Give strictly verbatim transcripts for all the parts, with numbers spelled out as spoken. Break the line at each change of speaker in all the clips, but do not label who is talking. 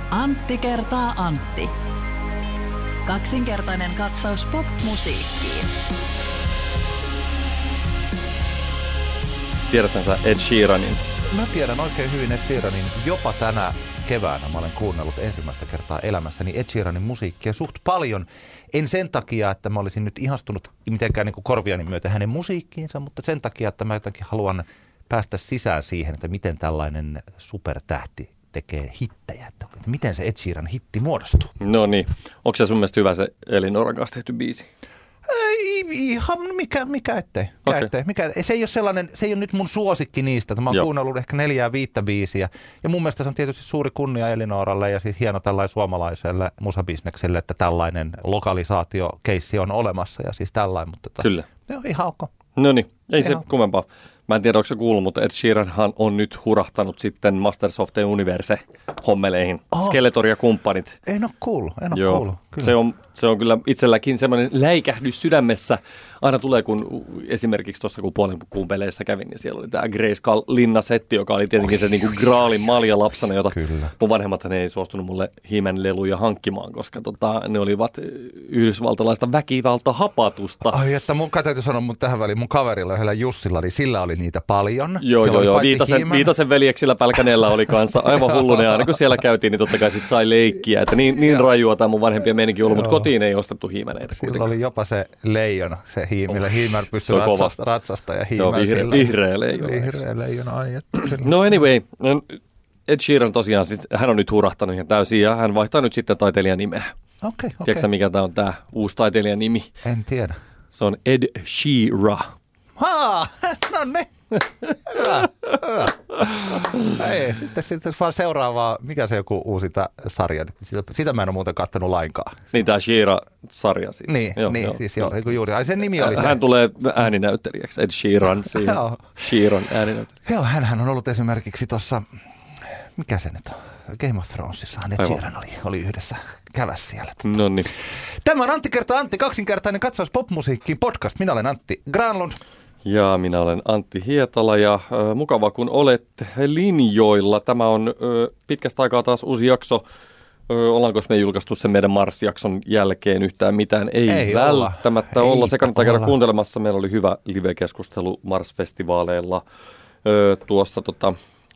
Antti kertaa Antti. Kaksinkertainen katsaus pop-musiikkiin.
Tiedätkö sä Ed Sheeranin?
Mä tiedän oikein hyvin Ed Sheeranin. Jopa tänä keväänä mä olen kuunnellut ensimmäistä kertaa elämässäni Ed Sheeranin musiikkia suht paljon. En sen takia, että mä olisin nyt ihastunut mitenkään niin kuin korviani myötä hänen musiikkiinsa, mutta sen takia, että mä jotenkin haluan päästä sisään siihen, että miten tällainen supertähti tekee hittejä. Että miten se Ed Sheeran hitti muodostuu.
No niin. Onko se sun mielestä hyvä se Elinoran kanssa tehty biisi?
Ei, ihan mikä, mikä ettei. Mikä
Okay.
ettei. Mikä, se ei ole sellainen, se ei ole nyt mun suosikki niistä. Mä oon
Joo.
kuunnellut ehkä neljää viittä biisiä. Ja mun mielestä se on tietysti suuri kunnia Elinoralle ja siis hieno tällainen suomalaiselle musabisnekselle, että tällainen lokalisaatiokeissi on olemassa ja siis tällainen. Mutta tota,
Kyllä.
Joo, ihan ok.
No niin, ei
Ihan.
se kummempaa. Mä en tiedä, onko se kuullut, mutta Ed Sheeranhan on nyt hurahtanut sitten Masters of the Universe hommeleihin.
Oh.
Skeletor ja kumppanit.
En ole kuullut, en ole
Joo,
kuullut. Kyllä.
se on, se on kyllä itselläkin semmoinen läikähdys sydämessä. Aina tulee, kun esimerkiksi tuossa kun puolen kuun peleissä kävin, niin siellä oli tämä Grayskull-linnasetti, joka oli tietenkin se niinku graalin malja lapsana, jota
Kyllä.
mun vanhemmat ei suostunut mulle He-Man leluja hankkimaan, koska tota, ne olivat yhdysvaltalaista väkivaltahapatusta.
Ai, että mun täytyy sanoa mun tähän väliin, mun kaverilla yhdellä Jussilla, niin sillä oli niitä paljon.
Joo,
Siellä
joo,
oli
joo.
paitsi
Viitasen,
He-Man-
Viitasen veljeksillä Pälkäneellä oli kanssa aivan hullunen. Aina kun siellä käytiin, niin totta kai sit sai leikkiä. Että niin, niin rajua tämä mun vanhempien meininki ollut, mutta kotiin ei ostettu hiimäneitä.
Sillä oli jopa se leijona, se hiimillä.
Oh,
Hiimän pystyi
se on kova.
ratsasta, ratsasta ja
Joo,
hiimän
vihreä,
sillä.
vihreä leijona.
Vihreä leijona, ai että.
No anyway, no Ed Sheeran tosiaan, siis hän on nyt hurahtanut ihan täysin ja hän vaihtaa nyt sitten taiteilijan nimeä.
Okei, okei.
Tiedätkö mikä tämä on tämä uusi taiteilijan nimi?
En tiedä.
Se on Ed Sheera.
Haa, no niin. Hyvä, hyvä. Ei, sitten, sitten vaan seuraavaa, mikä se joku uusi tä, sarja, sitä, sitä mä en ole muuten kattonut lainkaan.
Niin tämä Sheera-sarja siis.
Niin, joo, niin joo, siis joo, joo. juuri. Ai sen nimi oli se.
Hän tulee ääninäyttelijäksi, Ed Sheeran siihen.
Joo.
Sheeran ääninäyttelijä.
Joo, hänhän on ollut esimerkiksi tuossa, mikä se nyt on, Game of Thronesissa, Ed
Aivan.
Sheeran oli, oli yhdessä käväs siellä.
No niin.
Tämä on Antti kertaa Antti, kaksinkertainen katsaus popmusiikkiin podcast. Minä olen Antti Granlund.
Ja minä olen Antti Hietala ja ö, mukava kun olet linjoilla. Tämä on ö, pitkästä aikaa taas uusi jakso. Ö, ollaanko me julkaistu sen meidän Mars-jakson jälkeen yhtään mitään? Ei,
Ei
välttämättä
olla.
olla.
Ei
Se kannattaa käydä
olla.
kuuntelemassa. Meillä oli hyvä live-keskustelu Mars-festivaaleilla ö, tuossa tota,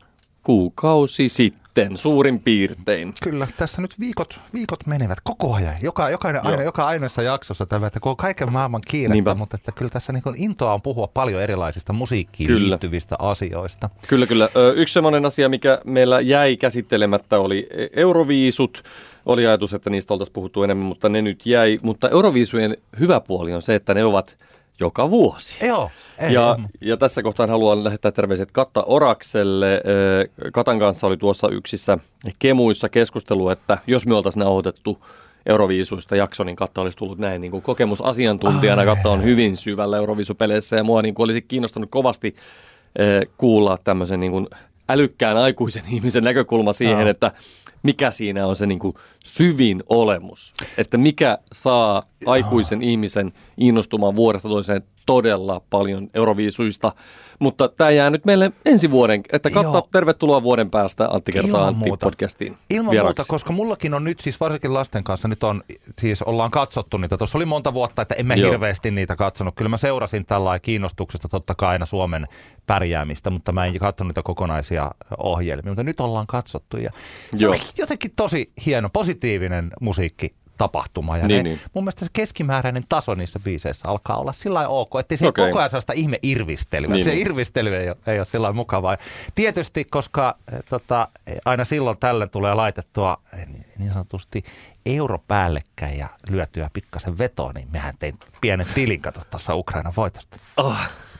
kuukausi sitten suurin piirtein.
Kyllä, tässä nyt viikot, viikot menevät koko ajan. Joka, jokainen, aina, joka ainoassa jaksossa tämä, että kun on kaiken maailman kiirettä,
Niinpä.
mutta että kyllä tässä niin kuin intoa on puhua paljon erilaisista musiikkiin
Kyllä.
liittyvistä asioista.
Kyllä, kyllä. Ö, yksi semmoinen asia, mikä meillä jäi käsittelemättä, oli Euroviisut. Oli ajatus, että niistä oltaisiin puhuttu enemmän, mutta ne nyt jäi. Mutta Euroviisujen hyvä puoli on se, että ne ovat joka vuosi.
Joo, ei,
Ja,
ei.
ja tässä kohtaa haluan lähettää terveiset Katta Orakselle. Ö, Katan kanssa oli tuossa yksissä kemuissa keskustelu, että jos me oltaisiin nauhoitettu Euroviisuista jakso, niin Katta olisi tullut näin niin kuin kokemusasiantuntijana. Katta on hyvin syvällä Euroviisupeleissä ja mua niin kuin olisi kiinnostanut kovasti ö, kuulla tämmöisen niin kuin älykkään aikuisen ihmisen näkökulma siihen,
Aa.
että mikä siinä on se niin kuin syvin olemus. Että mikä saa aikuisen ihmisen innostumaan vuodesta toiseen todella paljon Euroviisuista. Mutta tämä jää nyt meille ensi vuoden, että Katta,
Joo.
tervetuloa vuoden päästä Antti kertaa
Ilman
Antti
muuta.
podcastiin
Ilman
vieraksi.
muuta, koska mullakin on nyt siis varsinkin lasten kanssa, nyt on, siis ollaan katsottu niitä. Tuossa oli monta vuotta, että en mä
Joo.
hirveästi niitä katsonut. Kyllä mä seurasin tällainen kiinnostuksesta totta kai aina Suomen pärjäämistä, mutta mä en katsonut niitä kokonaisia ohjelmia. Mutta nyt ollaan katsottu ja se
Joo.
on jotenkin tosi hieno, positiivinen musiikki. Tapahtuma. Ja
Niin,
ne,
niin.
mun mielestä se keskimääräinen taso niissä biiseissä alkaa olla sillä lailla ok, ettei se
Okei.
koko ajan sellaista ihme irvistelyä.
Niin,
Se
niin.
irvistely ei ole, ei ole sillä lailla mukavaa. Tietysti, koska eh, tota, aina silloin tällöin tulee laitettua eh, niin sanotusti euro päällekkäin ja lyötyä pikkasen vetoa, niin mehän tein pienen tilin kato tuossa Ukrainan voitosta.
Oh.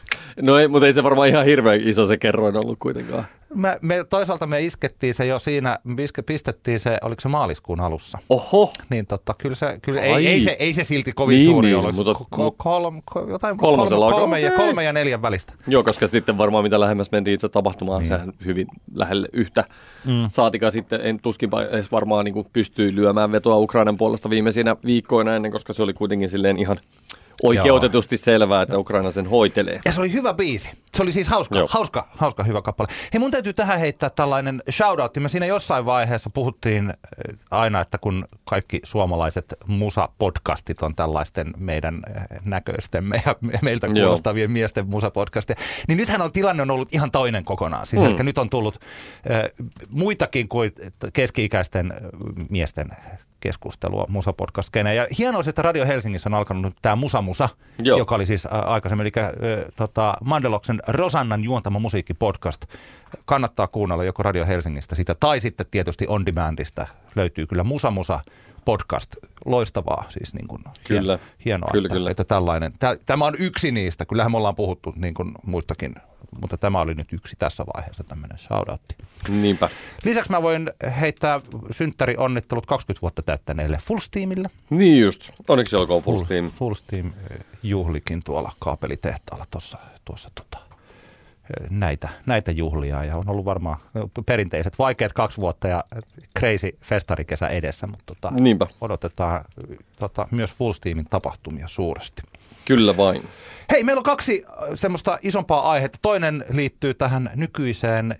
No ei, mutta ei se varmaan ihan hirveän iso se kerroin ollut kuitenkaan.
Me, me, toisaalta me iskettiin se jo siinä, me iske, pistettiin se, oliko se maaliskuun alussa.
Oho,
Niin totta, kyllä se, kyllä,
Ai.
ei, ei, se, ei se silti kovin
Niin,
suuri
niin,
ollut.
mutta-
Ko- ko- kolm, ko- jotain
Kolmosella
kolme,
aika
kolme, ja,
okei.
kolme ja neljän välistä.
joo, koska sitten varmaan mitä lähemmäs mentiin itse tapahtumaan,
Niin.
sehän hyvin lähelle yhtä.
Mm.
Saatikaan sitten, en tuskinpa edes varmaan niin pystyy lyömään vetoa Ukrainan puolesta viimeisinä viikkoina ennen, koska se oli kuitenkin silleen ihan oikeutetusti selvää, että Ukraina sen hoitelee.
Ja se oli hyvä biisi. Se oli siis hauska,
Joo.
hauska, hauska hyvä kappale. Hei, mun täytyy tähän heittää tällainen shoutoutti. Me siinä jossain vaiheessa puhuttiin aina, että kun kaikki suomalaiset musapodcastit on tällaisten meidän näköistemme ja meiltä kuulostavien Joo. miesten musapodcastia, niin nythän on tilanne on ollut ihan toinen kokonaan. Siis mm. eli nyt on tullut äh, muitakin kuin keski-ikäisten miesten keskustelua musapodcast-keneen. Ja hienoa, että Radio Helsingissä on alkanut nyt tämä Musa Musa, Joo. joka oli siis aikaisemmin, eli äh, tota, Mandeloksen Rosannan juontama musiikkipodcast. Kannattaa kuunnella joko Radio Helsingistä sitä, tai sitten tietysti On Demandista löytyy kyllä Musa Musa podcast. Loistavaa siis niin kuin
kyllä.
hienoa,
kyllä,
että,
kyllä.
että tällainen. Tämä on yksi niistä, kyllähän me ollaan puhuttu niin kuin muistakin, mutta tämä oli nyt yksi tässä vaiheessa tämmöinen shoutoutti.
Niinpä.
Lisäksi mä voin heittää synttärionnittelut kaksikymmentä vuotta täyttäneelle Full Steamille.
Niin just, onneksi olkoon Full Steam.
Full, Full Steam juhlikin tuolla kaapelitehtaalla tuossa, tuossa tota, näitä, näitä juhlia ja on ollut varmaan perinteiset vaikeat kaksi vuotta ja crazy festarikesä edessä, mutta tota, odotetaan tota, myös Full Steamin tapahtumia suuresti.
Kyllä vain.
Hei, meillä on kaksi semmoista isompaa aihetta. Toinen liittyy tähän nykyiseen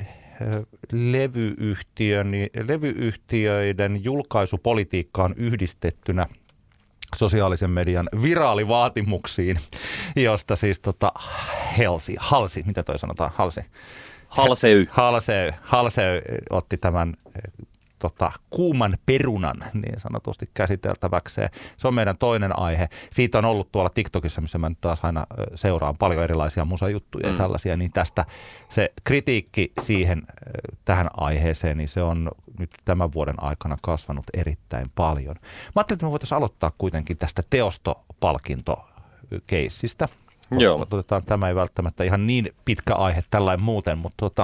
levyyhtiön, levyyhtiöiden julkaisupolitiikkaan yhdistettynä sosiaalisen median viraalivaatimuksiin, josta siis tota Halsey, Halsey, mitä toi sanotaan, Halsey?
Halsey.
Halsey, Halsey otti tämän tota, kuuman perunan niin sanotusti käsiteltäväkseen. Se on meidän toinen aihe. Siitä on ollut tuolla TikTokissa, missä mä nyt taas aina seuraan paljon erilaisia musajuttuja mm. ja tällaisia, niin tästä se kritiikki siihen tähän aiheeseen, niin se on nyt tämän vuoden aikana kasvanut erittäin paljon. Mä ajattelin, että me voitaisiin aloittaa kuitenkin tästä teostopalkintokeissistä.
Joo.
Otetaan, tämä ei välttämättä ihan niin pitkä aihe tällainen muuten, mutta tuota,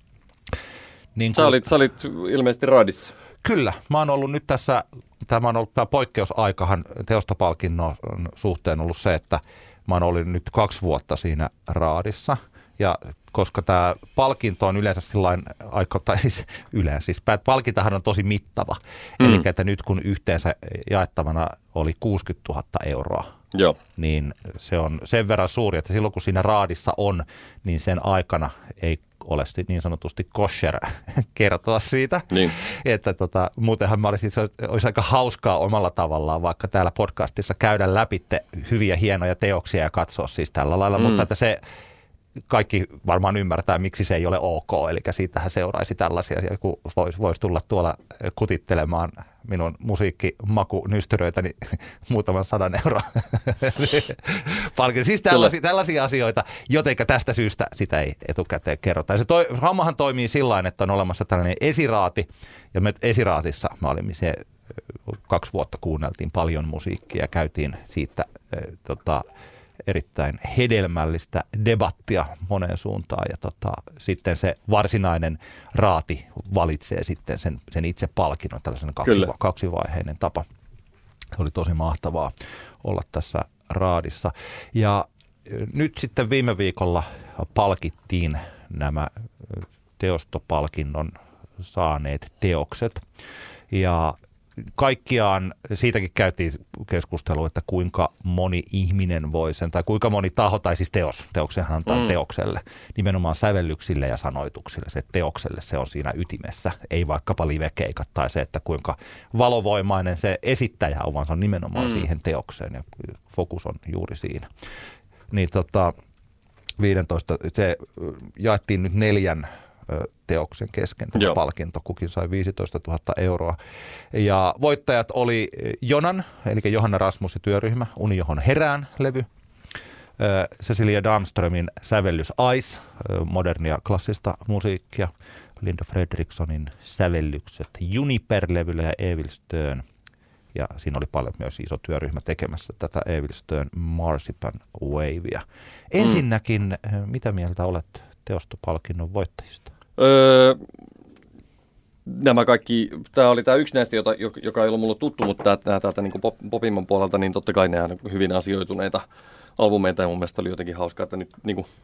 niin kun,
sä, olit, sä olit ilmeisesti raadissa.
Kyllä. Mä oon ollut nyt tässä, tämä on ollut tämä poikkeusaikahan teostopalkinnon suhteen ollut se, että mä oon ollut nyt kaksi vuotta siinä raadissa. Ja koska tämä palkinto on yleensä sillain aika, tai siis yleensä, siis palkintahan on tosi mittava. Mm. Eli että nyt kun yhteensä jaettavana oli kuusikymmentätuhatta euroa,
Joo.
niin se on sen verran suuri, että silloin kun siinä raadissa on, niin sen aikana ei ole niin sanotusti kosher kertoa siitä.
Niin.
Että tota, muutenhan mä olisin, olisi aika hauskaa omalla tavallaan vaikka täällä podcastissa käydä läpi hyviä hienoja teoksia ja katsoa siis tällä lailla, mm. mutta että se kaikki varmaan ymmärtää, miksi se ei ole ok, eli siitähän seuraisi tällaisia, joku voisi vois tulla tuolla kutittelemaan minun musiikkimakunystyröitäni muutaman sadan euroa. Siis tällaisia, tällaisia asioita, jotenka tästä syystä sitä ei etukäteen kerrota. Ja se toi, hommahan toimii sillain, että on olemassa tällainen esiraati, ja me esiraatissa mä olin se kaksi vuotta kuunneltiin paljon musiikkia ja käytiin siitä tota, erittäin hedelmällistä debattia moneen suuntaan ja tota, sitten se varsinainen raati valitsee sitten sen, sen itse palkinnon, tällaisen kaksi, kaksivaiheinen tapa. Se oli tosi mahtavaa olla tässä raadissa. Ja nyt sitten viime viikolla palkittiin nämä teostopalkinnon saaneet teokset ja kaikkiaan siitäkin käytiin keskustelua, että kuinka moni ihminen voi sen, tai kuinka moni taho, tai siis teos, teoksenhan antaa mm. teokselle, nimenomaan sävellyksille ja sanoituksille, se teokselle se on siinä ytimessä, ei vaikkapa livekeikat tai se, että kuinka valovoimainen se esittäjä on, vaan se on nimenomaan mm. siihen teokseen ja fokus on juuri siinä. Niin tota, viisitoista, se jaettiin nyt neljän teoksen kesken tämä Joo. palkinto. Kukin sai viisitoistatuhatta euroa. Ja voittajat oli Jonan, eli Johanna Rasmusin työryhmä, Uni johon herään -levy. Cecilia Damströmin sävellys Ice, modernia klassista musiikkia. Linda Fredrikssonin sävellykset Juniper-levyllä ja Evil Stern. Ja siinä oli paljon myös iso työryhmä tekemässä tätä Evil Stern Marzipan Wavea. Ensinnäkin, mm. mitä mieltä olet teostopalkinnon voittajista?
Öö, nämä kaikki, tämä oli tämä yksi näistä, jota, joka ei ollut mulle tuttu, mutta nämä täältä niin pop, popimman puolelta, niin totta kai nämä on hyvin asioituneita albumeita, ja mun mielestä oli jotenkin hauskaa, että nyt niin kuin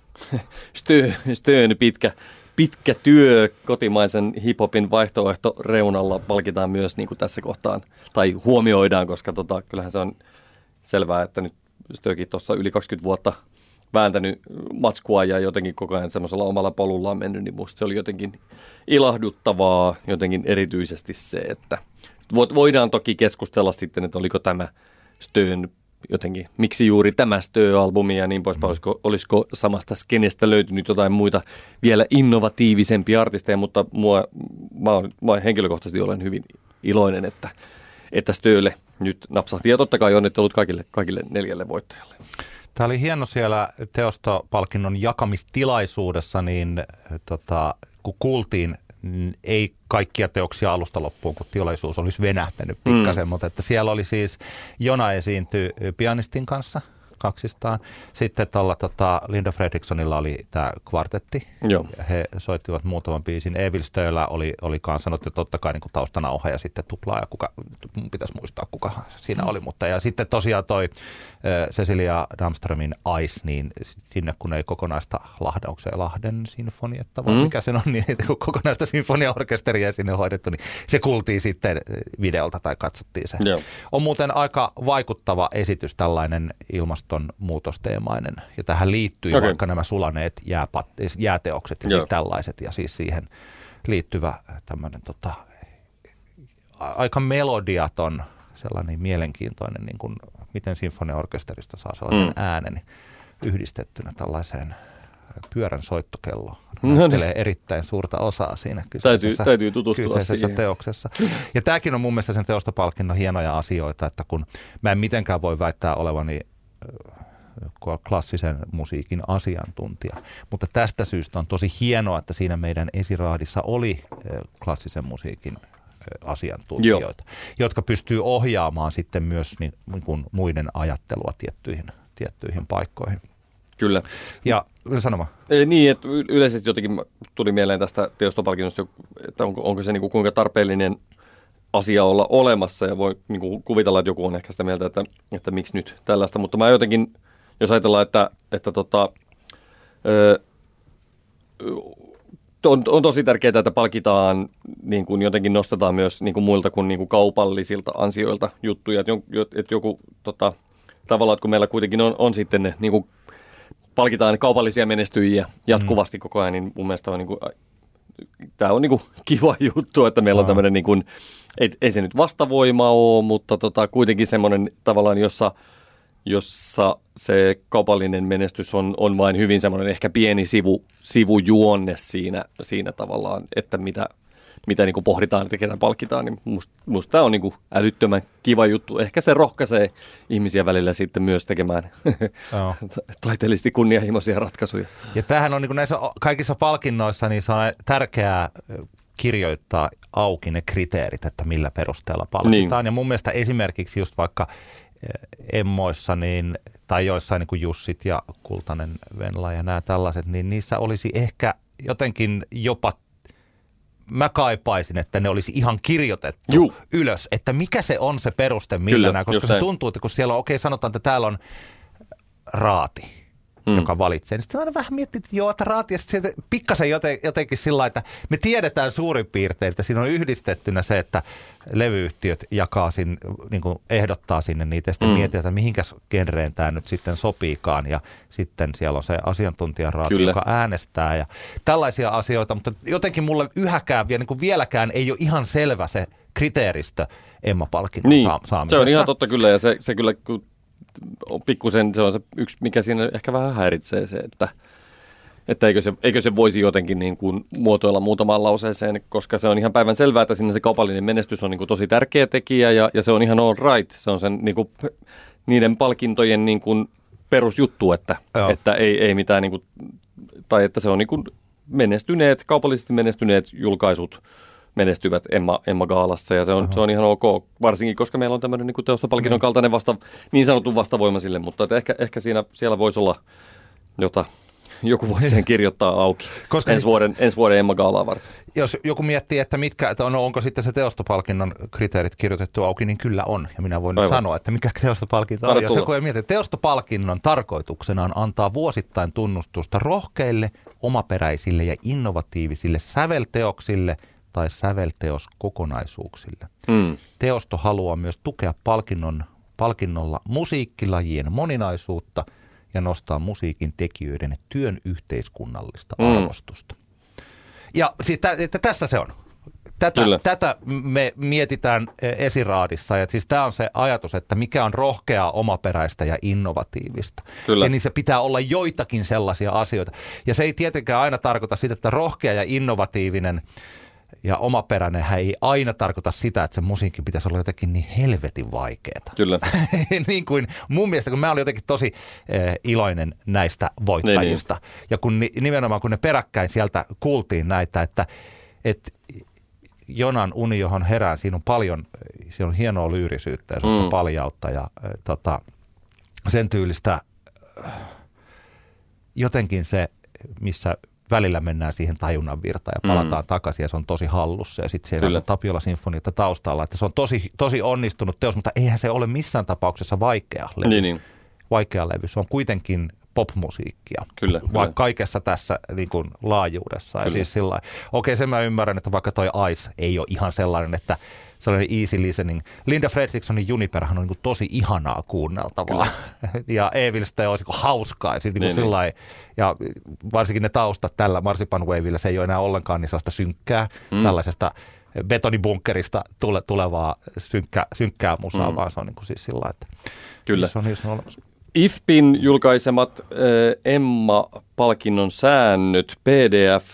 Stön pitkä, pitkä työ kotimaisen hiphopin vaihtoehto reunalla palkitaan myös niin kuin tässä kohtaan, tai huomioidaan, koska tota, kyllähän se on selvää, että nyt Stöökin tuossa yli kaksikymmentä vuotta vääntänyt matskua ja jotenkin koko ajan semmoisella omalla polullaan mennyt, niin musta se oli jotenkin ilahduttavaa, jotenkin erityisesti se, että voidaan toki keskustella sitten, että oliko tämä Stöön jotenkin, miksi juuri tämä Stö-albumi ja niin poispäin, olisiko, olisiko samasta skenestä löytynyt jotain muita vielä innovatiivisempia artisteja, mutta mua, mä, olen, mä henkilökohtaisesti olen hyvin iloinen, että, että Stöölle nyt napsahti ja totta kai onnittelut kaikille, kaikille neljälle voittajalle.
Tämä oli hieno siellä teostopalkinnon jakamistilaisuudessa, niin tota, kun kuultiin, ei kaikkia teoksia alusta loppuun, kun tilaisuus olisi venähtänyt pikkasen, mm. mutta että siellä oli siis Jona esiintyi pianistin kanssa kaksistaan. Sitten tuolla tota, Linda Fredrikssonilla oli tämä kvartetti. Joo. He soittivat muutaman biisin. Evil Stöllä oli, oli kanssa sanottu, että totta kai niin kuin taustanauha ja sitten tuplaa ja kuka, mun pitäisi muistaa kuka siinä mm. oli. Mutta ja sitten tosiaan toi äh, Cecilia Damströmin Ice, niin sinne kun ei kokonaista Lahdauksen Lahden sinfonietta, vaan mm. mikä se on, niin kun kokonaista sinfoniaorkesteria sinne hoidettu, niin se kuultiin sitten videolta tai katsottiin se. Joo. On muuten aika vaikuttava esitys tällainen ilmasto muutosteemainen. Ja tähän liittyy okay. vaikka nämä sulaneet jääpat, jääteokset ja siis tällaiset. Ja siis siihen liittyvä tämmöinen tota, aika melodiaton, sellainen mielenkiintoinen, niin kuin, miten sinfoniaorkesterista saa sellaisen mm. äänen yhdistettynä tällaiseen pyörän soittokelloon. Näyttelee erittäin suurta osaa siinä kyseisessä,
täytyy, täytyy
kyseisessä teoksessa. Ja tämäkin on mun mielestä sen teostopalkinnon hienoja asioita, että kun mä en mitenkään voi väittää olevani klassisen musiikin asiantuntija. Mutta tästä syystä on tosi hienoa, että siinä meidän esiraadissa oli klassisen musiikin asiantuntijoita, Joo. jotka pystyy ohjaamaan sitten myös niin, niin kuin muiden ajattelua tiettyihin, tiettyihin paikkoihin.
Kyllä.
Ja sanoma.
Ei, niin, että yleisesti jotenkin tuli mieleen tästä teostopalkinnosta, että onko, onko se niin kuin kuinka tarpeellinen asia olla olemassa ja voi niin kuin kuvitella, että joku on ehkä sitä mieltä, että, että miksi nyt tällaista, mutta mä jotenkin, jos ajatellaan, että, että tota, ö, on, on tosi tärkeää, että palkitaan, niin kuin jotenkin nostetaan myös niin kuin muilta kuin, niin kuin kaupallisilta ansioilta juttuja, että, että joku tota, tavallaan, että kun meillä kuitenkin on, on sitten ne, niin kuin palkitaan kaupallisia menestyjiä jatkuvasti mm. koko ajan, niin mun mielestä on niin kuin, tämä on niin kuin kiva juttu, että meillä on tämmöinen niin kuin, ei, ei se nyt vastavoima ole, mutta tota, kuitenkin semmoinen tavallaan, jossa, jossa se kaupallinen menestys on, on vain hyvin semmoinen ehkä pieni sivu, sivujuonne siinä, siinä tavallaan, että mitä, mitä niin kuin pohditaan, että ketä palkitaan, niin musta, musta tämä on niin kuin älyttömän kiva juttu. Ehkä se rohkaisee ihmisiä välillä sitten myös tekemään oh. taiteellisesti kunnianhimoisia ratkaisuja.
Ja tämähän on niin kuin näissä kaikissa palkinnoissa, niin se on tärkeää kirjoittaa auki ne kriteerit, että millä perusteella palkitaan. Niin. Ja mun mielestä esimerkiksi just vaikka Emmoissa niin, tai joissain niin kuin Jussit ja Kultainen Venla ja nämä tällaiset, niin niissä olisi ehkä jotenkin jopa, mä kaipaisin, että ne olisi ihan kirjoitettu Juh. ylös, että mikä se on se peruste, millä Kyllä, nämä, koska se tuntuu, että kun siellä on, okei okay, sanotaan, että täällä on raati, Mm. joka valitsee. Niin sitten aina vähän miettii, että joo, että raati, ja sitten pikkasen joten, jotenkin sillä että me tiedetään suurin piirtein, että siinä on yhdistettynä se, että levyyhtiöt jakaa sinne, niin kuin ehdottaa sinne niitä, ja sitten mm. mietitään, että mihinkäs genreen tämä nyt sitten sopiikaan, ja sitten siellä on se asiantuntijaraati, Kyllä. joka äänestää, ja tällaisia asioita, mutta jotenkin mulle yhäkään, vielä, niin kuin vieläkään ei ole ihan selvä se kriteeristö Emma-palkinnon niin. saamisessa.
Se on ihan totta kyllä, ja se, se kyllä, kun pikkusen se on se yksi, mikä siinä ehkä vähän häiritsee se, että, että eikö, se, eikö se voisi jotenkin niin kuin muotoilla muutamaan lauseeseen, koska se on ihan päivän selvää, että siinä se kaupallinen menestys on niin kuin tosi tärkeä tekijä ja, ja se on ihan all right. Se on sen, niin kuin, niiden palkintojen niin kuin perusjuttu, että, että ei, ei mitään, niin kuin, tai että se on niin kuin menestyneet, kaupallisesti menestyneet julkaisut menestyvät Emma, Emma Gaalassa ja se on, se on ihan ok, varsinkin koska meillä on tämmöinen niin teostopalkinnon mm. kaltainen vasta, niin sanottu vastavoima sille, mutta että ehkä, ehkä siinä, siellä voisi olla jota, joku voisi sen kirjoittaa auki koska ensi, vuoden, ensi vuoden Emma Gaalaa varten.
Jos joku miettii, että mitkä, että on, onko sitten se teostopalkinnon kriteerit kirjoitettu auki, niin kyllä on. Ja minä voin nyt sanoa, että mikä teostopalkinto on. Jos joku ei mieti, teostopalkinnon tarkoituksena on antaa vuosittain tunnustusta rohkeille, omaperäisille ja innovatiivisille sävelteoksille tai sävelteoskokonaisuuksille. Mm. Teosto haluaa myös tukea palkinnon palkinnolla musiikkilajien moninaisuutta ja nostaa musiikin tekijöiden työn yhteiskunnallista mm. arvostusta. Ja siis tä, että tässä se on. Tätä, tätä me mietitään esiraadissa. Ja siis tämä on se ajatus, että mikä on rohkeaa, omaperäistä ja innovatiivista. Kyllä. Ja niin se pitää olla joitakin sellaisia asioita. Ja se ei tietenkään aina tarkoita sitä, että rohkea ja innovatiivinen ja omaperäinen ei aina tarkoita sitä, että se musiikki pitäisi olla jotenkin niin helvetin vaikeaa.
Kyllä.
Niin kuin mun mielestä, kun mä olin jotenkin tosi eh, iloinen näistä voittajista. Niin, niin. Ja kun nimenomaan kun ne peräkkäin sieltä kuultiin näitä, että et, Jonan uni, johon herään, siinä on paljon, siinä on hienoa lyyrisyyttä ja sellaista mm. paljautta ja äh, tota, sen tyylistä äh, jotenkin se, missä välillä mennään siihen tajunnan virtaan ja palataan mm. takaisin ja se on tosi hallussa ja sitten siellä Kyllä. on Tapiola-sinfoniota taustalla, että se on tosi, tosi onnistunut teos, mutta eihän se ole missään tapauksessa vaikea levy. Niin, niin. Vaikea levy, se on kuitenkin popmusiikkia,
kyllä,
vaikka kyllä. kaikessa tässä niin kuin laajuudessa. Ja siis sillä okei, sen mä ymmärrän, että vaikka toi Ice ei ole ihan sellainen, että sellainen easy listening. Linda Fredrikssonin Juniperhan on niin kuin tosi ihanaa kuunneltavaa. Ja Evilstä on niin hauskaa. Ja, niin niin, niin. ja varsinkin ne taustat tällä Marzipan Wavella, se ei ole enää ollenkaan niin sellaista synkkää, mm. tällaisesta betonibunkkerista tule, tulevaa synkkä, synkkää musaa, mm. vaan se on niin kuin siis sillä että
kyllä.
Se on, se on olemassa.
I F P in julkaisemat äh, Emma-palkinnon säännöt, P D F,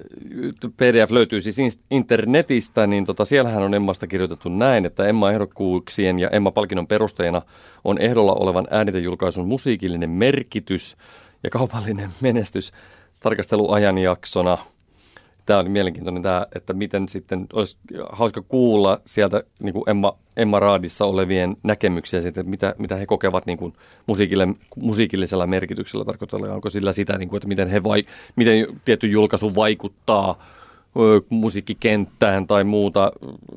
P D F löytyy siis internetistä, niin tota, siellähän on Emmasta kirjoitettu näin, että Emma-ehdokkuuksien ja Emma-palkinnon perusteena on ehdolla olevan äänitejulkaisun musiikillinen merkitys ja kaupallinen menestys tarkasteluajanjaksona. Tämä on mielenkiintoinen tämä, että miten sitten olisi hauska kuulla sieltä niin kuin Emma, Emma Raadissa olevien näkemyksiä siitä, että mitä, mitä he kokevat niin kuin musiikille, musiikillisella merkityksellä tarkoittaa. Onko sillä sitä, niin kuin, että miten, he vai, miten tietty julkaisu vaikuttaa ö, musiikkikenttään tai muuta.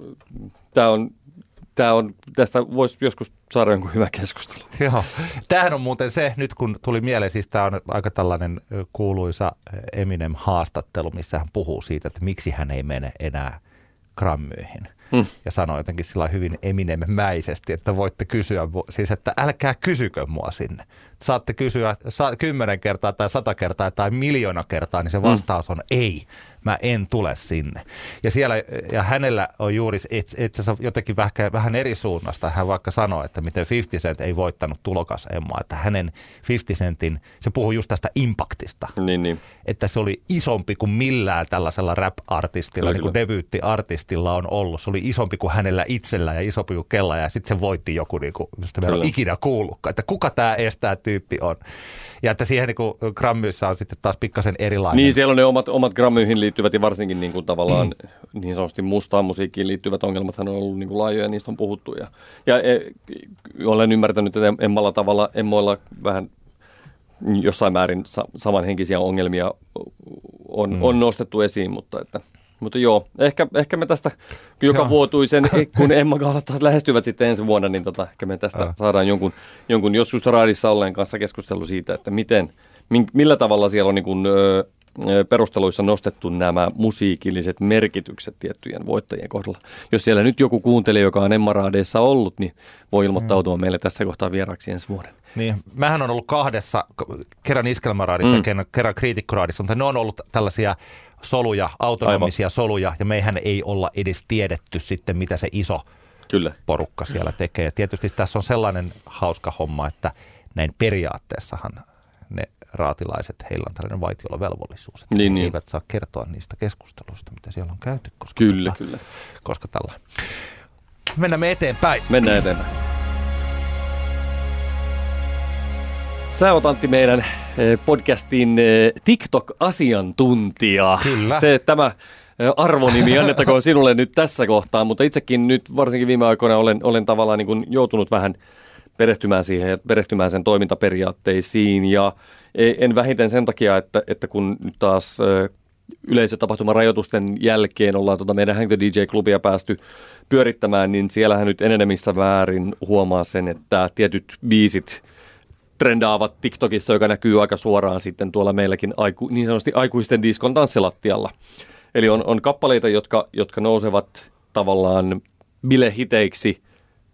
Tämä on, tämä on, tästä voisi joskus saada jonkun hyvä keskustelu.
Joo. Tämähän on muuten se, nyt kun tuli mieleen, siis tämä on aika tällainen kuuluisa Eminem-haastattelu, missä hän puhuu siitä, että miksi hän ei mene enää Grammyihin. Hmm. Ja sanoo jotenkin sillä hyvin Eminem-mäisesti, että voitte kysyä, siis että älkää kysykö mua sinne. Saatte kysyä kymmenen kertaa tai sata kertaa tai miljoona kertaa, niin se vastaus on ei, mä en tule sinne. Ja siellä, ja hänellä on juuri itse asiassa jotenkin vähän, vähän eri suunnasta. Hän vaikka sanoo, että miten fifty Cent ei voittanut tulokas Emmaa, että hänen fifty Centin, se puhuu just tästä impactista.
Niin, niin.
Että se oli isompi kuin millään tällaisella rap-artistilla, niin kuin debyytti-artistilla on ollut. Se oli isompi kuin hänellä itsellä ja isompi kuin kella, ja sitten se voitti joku, niin kuin, josta meillä on ikinä kuullutkaan, että kuka tämä estää tyyppi on. Ja että siihen niin Grammyissa on sitten taas pikkasen erilainen.
Niin, siellä on ne omat, omat Grammyihin liittyvät ja varsinkin niin kuin tavallaan mm. niin sanotusti mustaan musiikkiin liittyvät ongelmathan on ollut niin kuin laajoja ja niistä on puhuttu. Ja, ja e, olen ymmärtänyt, että Emmalla tavalla, Emmoilla vähän jossain määrin sa, samanhenkisiä ongelmia on, mm. on nostettu esiin, mutta että Mutta joo, ehkä, ehkä me tästä joka vuotuisen, kun Emma-gaalat taas lähestyvät sitten ensi vuonna, niin tota, ehkä me tästä ja. saadaan jonkun, jonkun joskus raadissa olleen kanssa keskustelu siitä, että miten, millä tavalla siellä on niin kuin, ö, perusteluissa nostettu nämä musiikilliset merkitykset tiettyjen voittajien kohdalla. Jos siellä nyt joku kuuntelija, joka on Emma-raadeissa ollut, niin voi ilmoittautua mm. meille tässä kohtaa vieraaksi ensi vuoden.
Niin, mähän on ollut kahdessa, kerran Iskelmäraadissa mm. ja kerran Kriitikkoraadissa, mutta ne on ollut tällaisia soluja, autonomisia Aivan. soluja, ja meihän ei olla edes tiedetty sitten, mitä se iso Kyllä. porukka siellä tekee. Ja tietysti tässä on sellainen hauska homma, että näin periaatteessahan ne raatilaiset, heillä on tällainen vaitiolovelvollisuus, että niin, he niin. eivät saa kertoa niistä keskusteluista, mitä siellä on käyty. Koska
kyllä,
tota,
kyllä.
Koska tällä. Mennään me eteenpäin.
Mennään eteenpäin. Sä oot, Antti, meidän podcastin TikTok-asiantuntija.
Kyllä.
Se, tämä arvonimi annettakoon sinulle nyt tässä kohtaa, mutta itsekin nyt varsinkin viime aikoina olen, olen tavallaan niin kuin joutunut vähän perehtymään siihen ja perehtymään sen toimintaperiaatteisiin. Ja en vähiten sen takia, että, että kun nyt taas yleisötapahtuman rajoitusten jälkeen ollaan tuota meidän Hang the D J-klubia päästy pyörittämään, niin siellähän nyt enenevissä väärin huomaa sen, että tietyt biisit trendaavat TikTokissa, joka näkyy aika suoraan sitten tuolla meilläkin aiku, niin sanotusti aikuisten diskon tanssilattialla. Eli on, on kappaleita, jotka, jotka nousevat tavallaan bilehiteiksi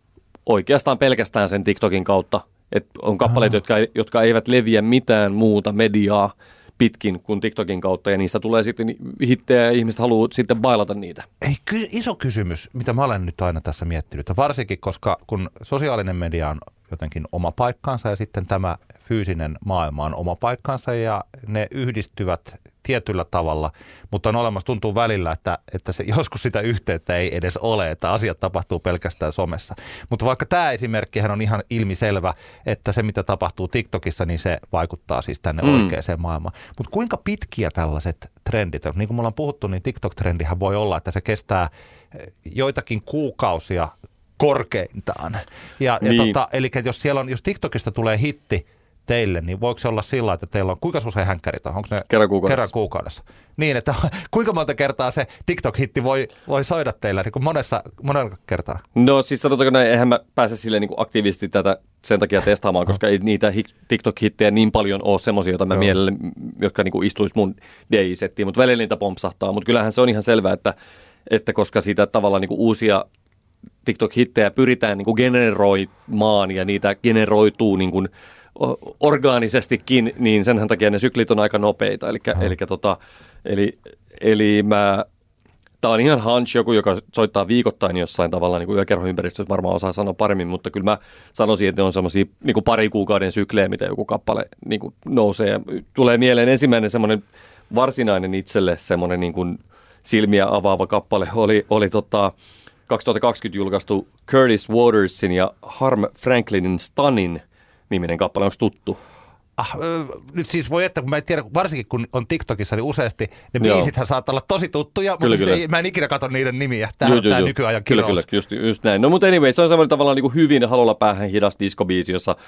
oikeastaan pelkästään sen TikTokin kautta. Että on kappaleita, jotka, jotka eivät leviä mitään muuta mediaa pitkin kuin TikTokin kautta, ja niistä tulee sitten hittejä, ja ihmiset haluaa sitten bailata niitä.
Ei, ky- iso kysymys, mitä mä olen nyt aina tässä miettinyt, varsinkin koska kun sosiaalinen media on jotenkin oma paikkansa, ja sitten tämä fyysinen maailma on oma paikkansa, ja ne yhdistyvät tietyllä tavalla, mutta on olemassa, tuntuu välillä, että, että se, joskus sitä yhteyttä ei edes ole, että asiat tapahtuu pelkästään somessa. Mutta vaikka tämä esimerkkihän on ihan ilmiselvä, että se mitä tapahtuu TikTokissa, niin se vaikuttaa siis tänne mm. oikeaan maailmaan. Mutta kuinka pitkiä tällaiset trendit, niin kuin me ollaan puhuttu, niin TikTok-trendihän voi olla, että se kestää joitakin kuukausia korkeintaan. Ja,
niin.
ja tota, eli jos, siellä on, jos TikTokista tulee hitti teille, niin voiko se olla sillä, että teillä on, kuinka usein hänkkärit on? Onko ne
kerran kuukaudessa?
Kerran kuukaudessa. Niin, että kuinka monta kertaa se TikTok-hitti voi, voi soida teillä, niin kuin monessa, monella kertaa?
No siis sanotaanko näin, eihän mä pääse silleen niin kuin aktiivisesti tätä sen takia testaamaan, koska ei niitä TikTok-hittejä niin paljon ole semmoisia, joita mä no. mielelläni, jotka niin kuin istuisi mun D I-settiin, mutta välillä niitä pompsahtaa. Mutta kyllähän se on ihan selvää, että, että koska siitä tavallaan niin kuin uusia TikTok-hittejä pyritään niin kuin generoimaan ja niitä generoituu niin kuin orgaanisestikin, niin senhän takia ne syklit on aika nopeita. Eli, eli, tota, eli, eli mä, tää on ihan hunch, joku, joka soittaa viikoittain jossain tavalla niin kuin yökerhoympäristössä, varmaan osaa sanoa paremmin, mutta kyllä mä sanoisin, että ne on semmoisia niin kuin pari kuukauden syklejä, mitä joku kappale niin kuin nousee. Ja tulee mieleen ensimmäinen semmoinen varsinainen itselle semmoinen niin kuin silmiä avaava kappale oli, oli tota, kaksituhattakaksikymmentä julkaistu Curtis Watersin ja Harm Franklinin Stunnin niminen kappale. Onko tuttu?
Ah, nyt siis voi että, kun mä en tiedä, varsinkin kun on TikTokissa, niin useasti ne biisithän saattaa olla tosi tuttuja, kyllä, mutta kyllä. Ei, mä en ikinä katso niiden nimiä. Tämä on tämä nykyajan kirous. Kyllä, kyllä, just, just näin. No mutta anyway, se on semmoinen tavallaan niin kuin hyvin halolla päähän hidas diskobiisi, jossa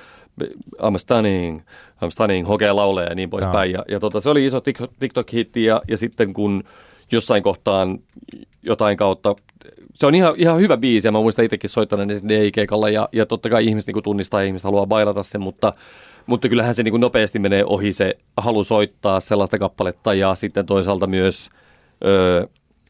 I'm stunning, I'm stunning, hokee laulee ja niin poispäin. Ja, ja tota, se oli iso TikTok-hitti ja, ja sitten kun jossain kohtaan jotain kautta, se on ihan, ihan hyvä biisi ja mä muistan itsekin soittaneeni D I-keikalla ja, ja totta kai ihmiset niin tunnistaa ja ihmiset haluaa bailata sen, mutta, mutta kyllähän se niin nopeasti menee ohi se halu soittaa sellaista kappaletta ja sitten toisaalta myös öö,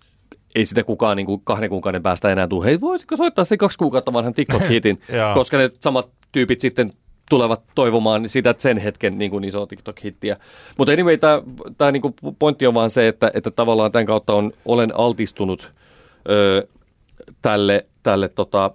ei sitä kukaan niin kuin kahden kuukauden päästä enää tule, hei voisiko soittaa se kaksi kuukautta vanhan TikTok-hitin, koska ne samat tyypit sitten tulevat toivomaan sitä sen hetken niin kuin isoa TikTok-hittiä. Mutta anyway, tämä niin pointti on vaan se, että, että tavallaan tämän kautta on, olen altistunut ö, tälle, tälle tota,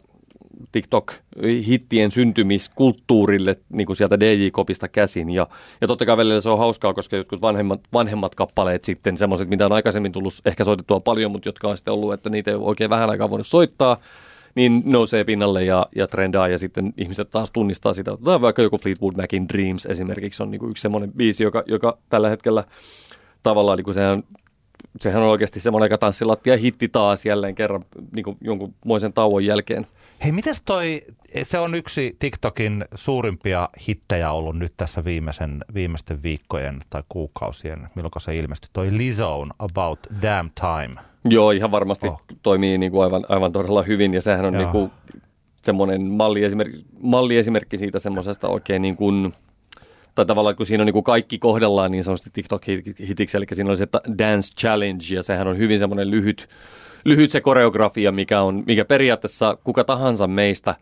TikTok-hittien syntymiskulttuurille niin kuin sieltä D J-kopista käsin. Ja, ja totta kai välillä se on hauskaa, koska jotkut vanhemmat, vanhemmat kappaleet sitten, semmoiset, mitä on aikaisemmin tullut ehkä soitettua paljon, mutta jotka on sitten ollut, että niitä ei ole oikein vähän aikaa voinut soittaa, niin nousee pinnalle ja, ja trendaa ja sitten ihmiset taas tunnistaa sitä. Otetaan vaikka joku Fleetwood Macin Dreams esimerkiksi on niin kuin yksi semmoinen biisi, joka, joka tällä hetkellä tavallaan, niin kuin sehän, sehän on oikeasti semmoinen aika tanssilattia hitti taas jälleen kerran niin kuin jonkunmoisen tauon jälkeen. Hei, mitäs toi, se on yksi TikTokin suurimpia hittejä ollut nyt tässä viimeisen, viimeisten viikkojen tai kuukausien, milloin se ilmestyi, toi Lizzo'n About Damn Time. Joo,
ihan varmasti oh. toimii niin kuin aivan, aivan todella hyvin ja sehän on niin kuin semmoinen malliesimerkki, malliesimerkki siitä semmoisesta oikein niin kuin, tai tavallaan kun siinä on niin kuin kaikki kohdellaan niin sanotusti TikTok-hitiksi, eli siinä oli se Dance Challenge ja sehän on hyvin semmoinen lyhyt, lyhyt se koreografia, mikä on, mikä periaatteessa kuka tahansa meistä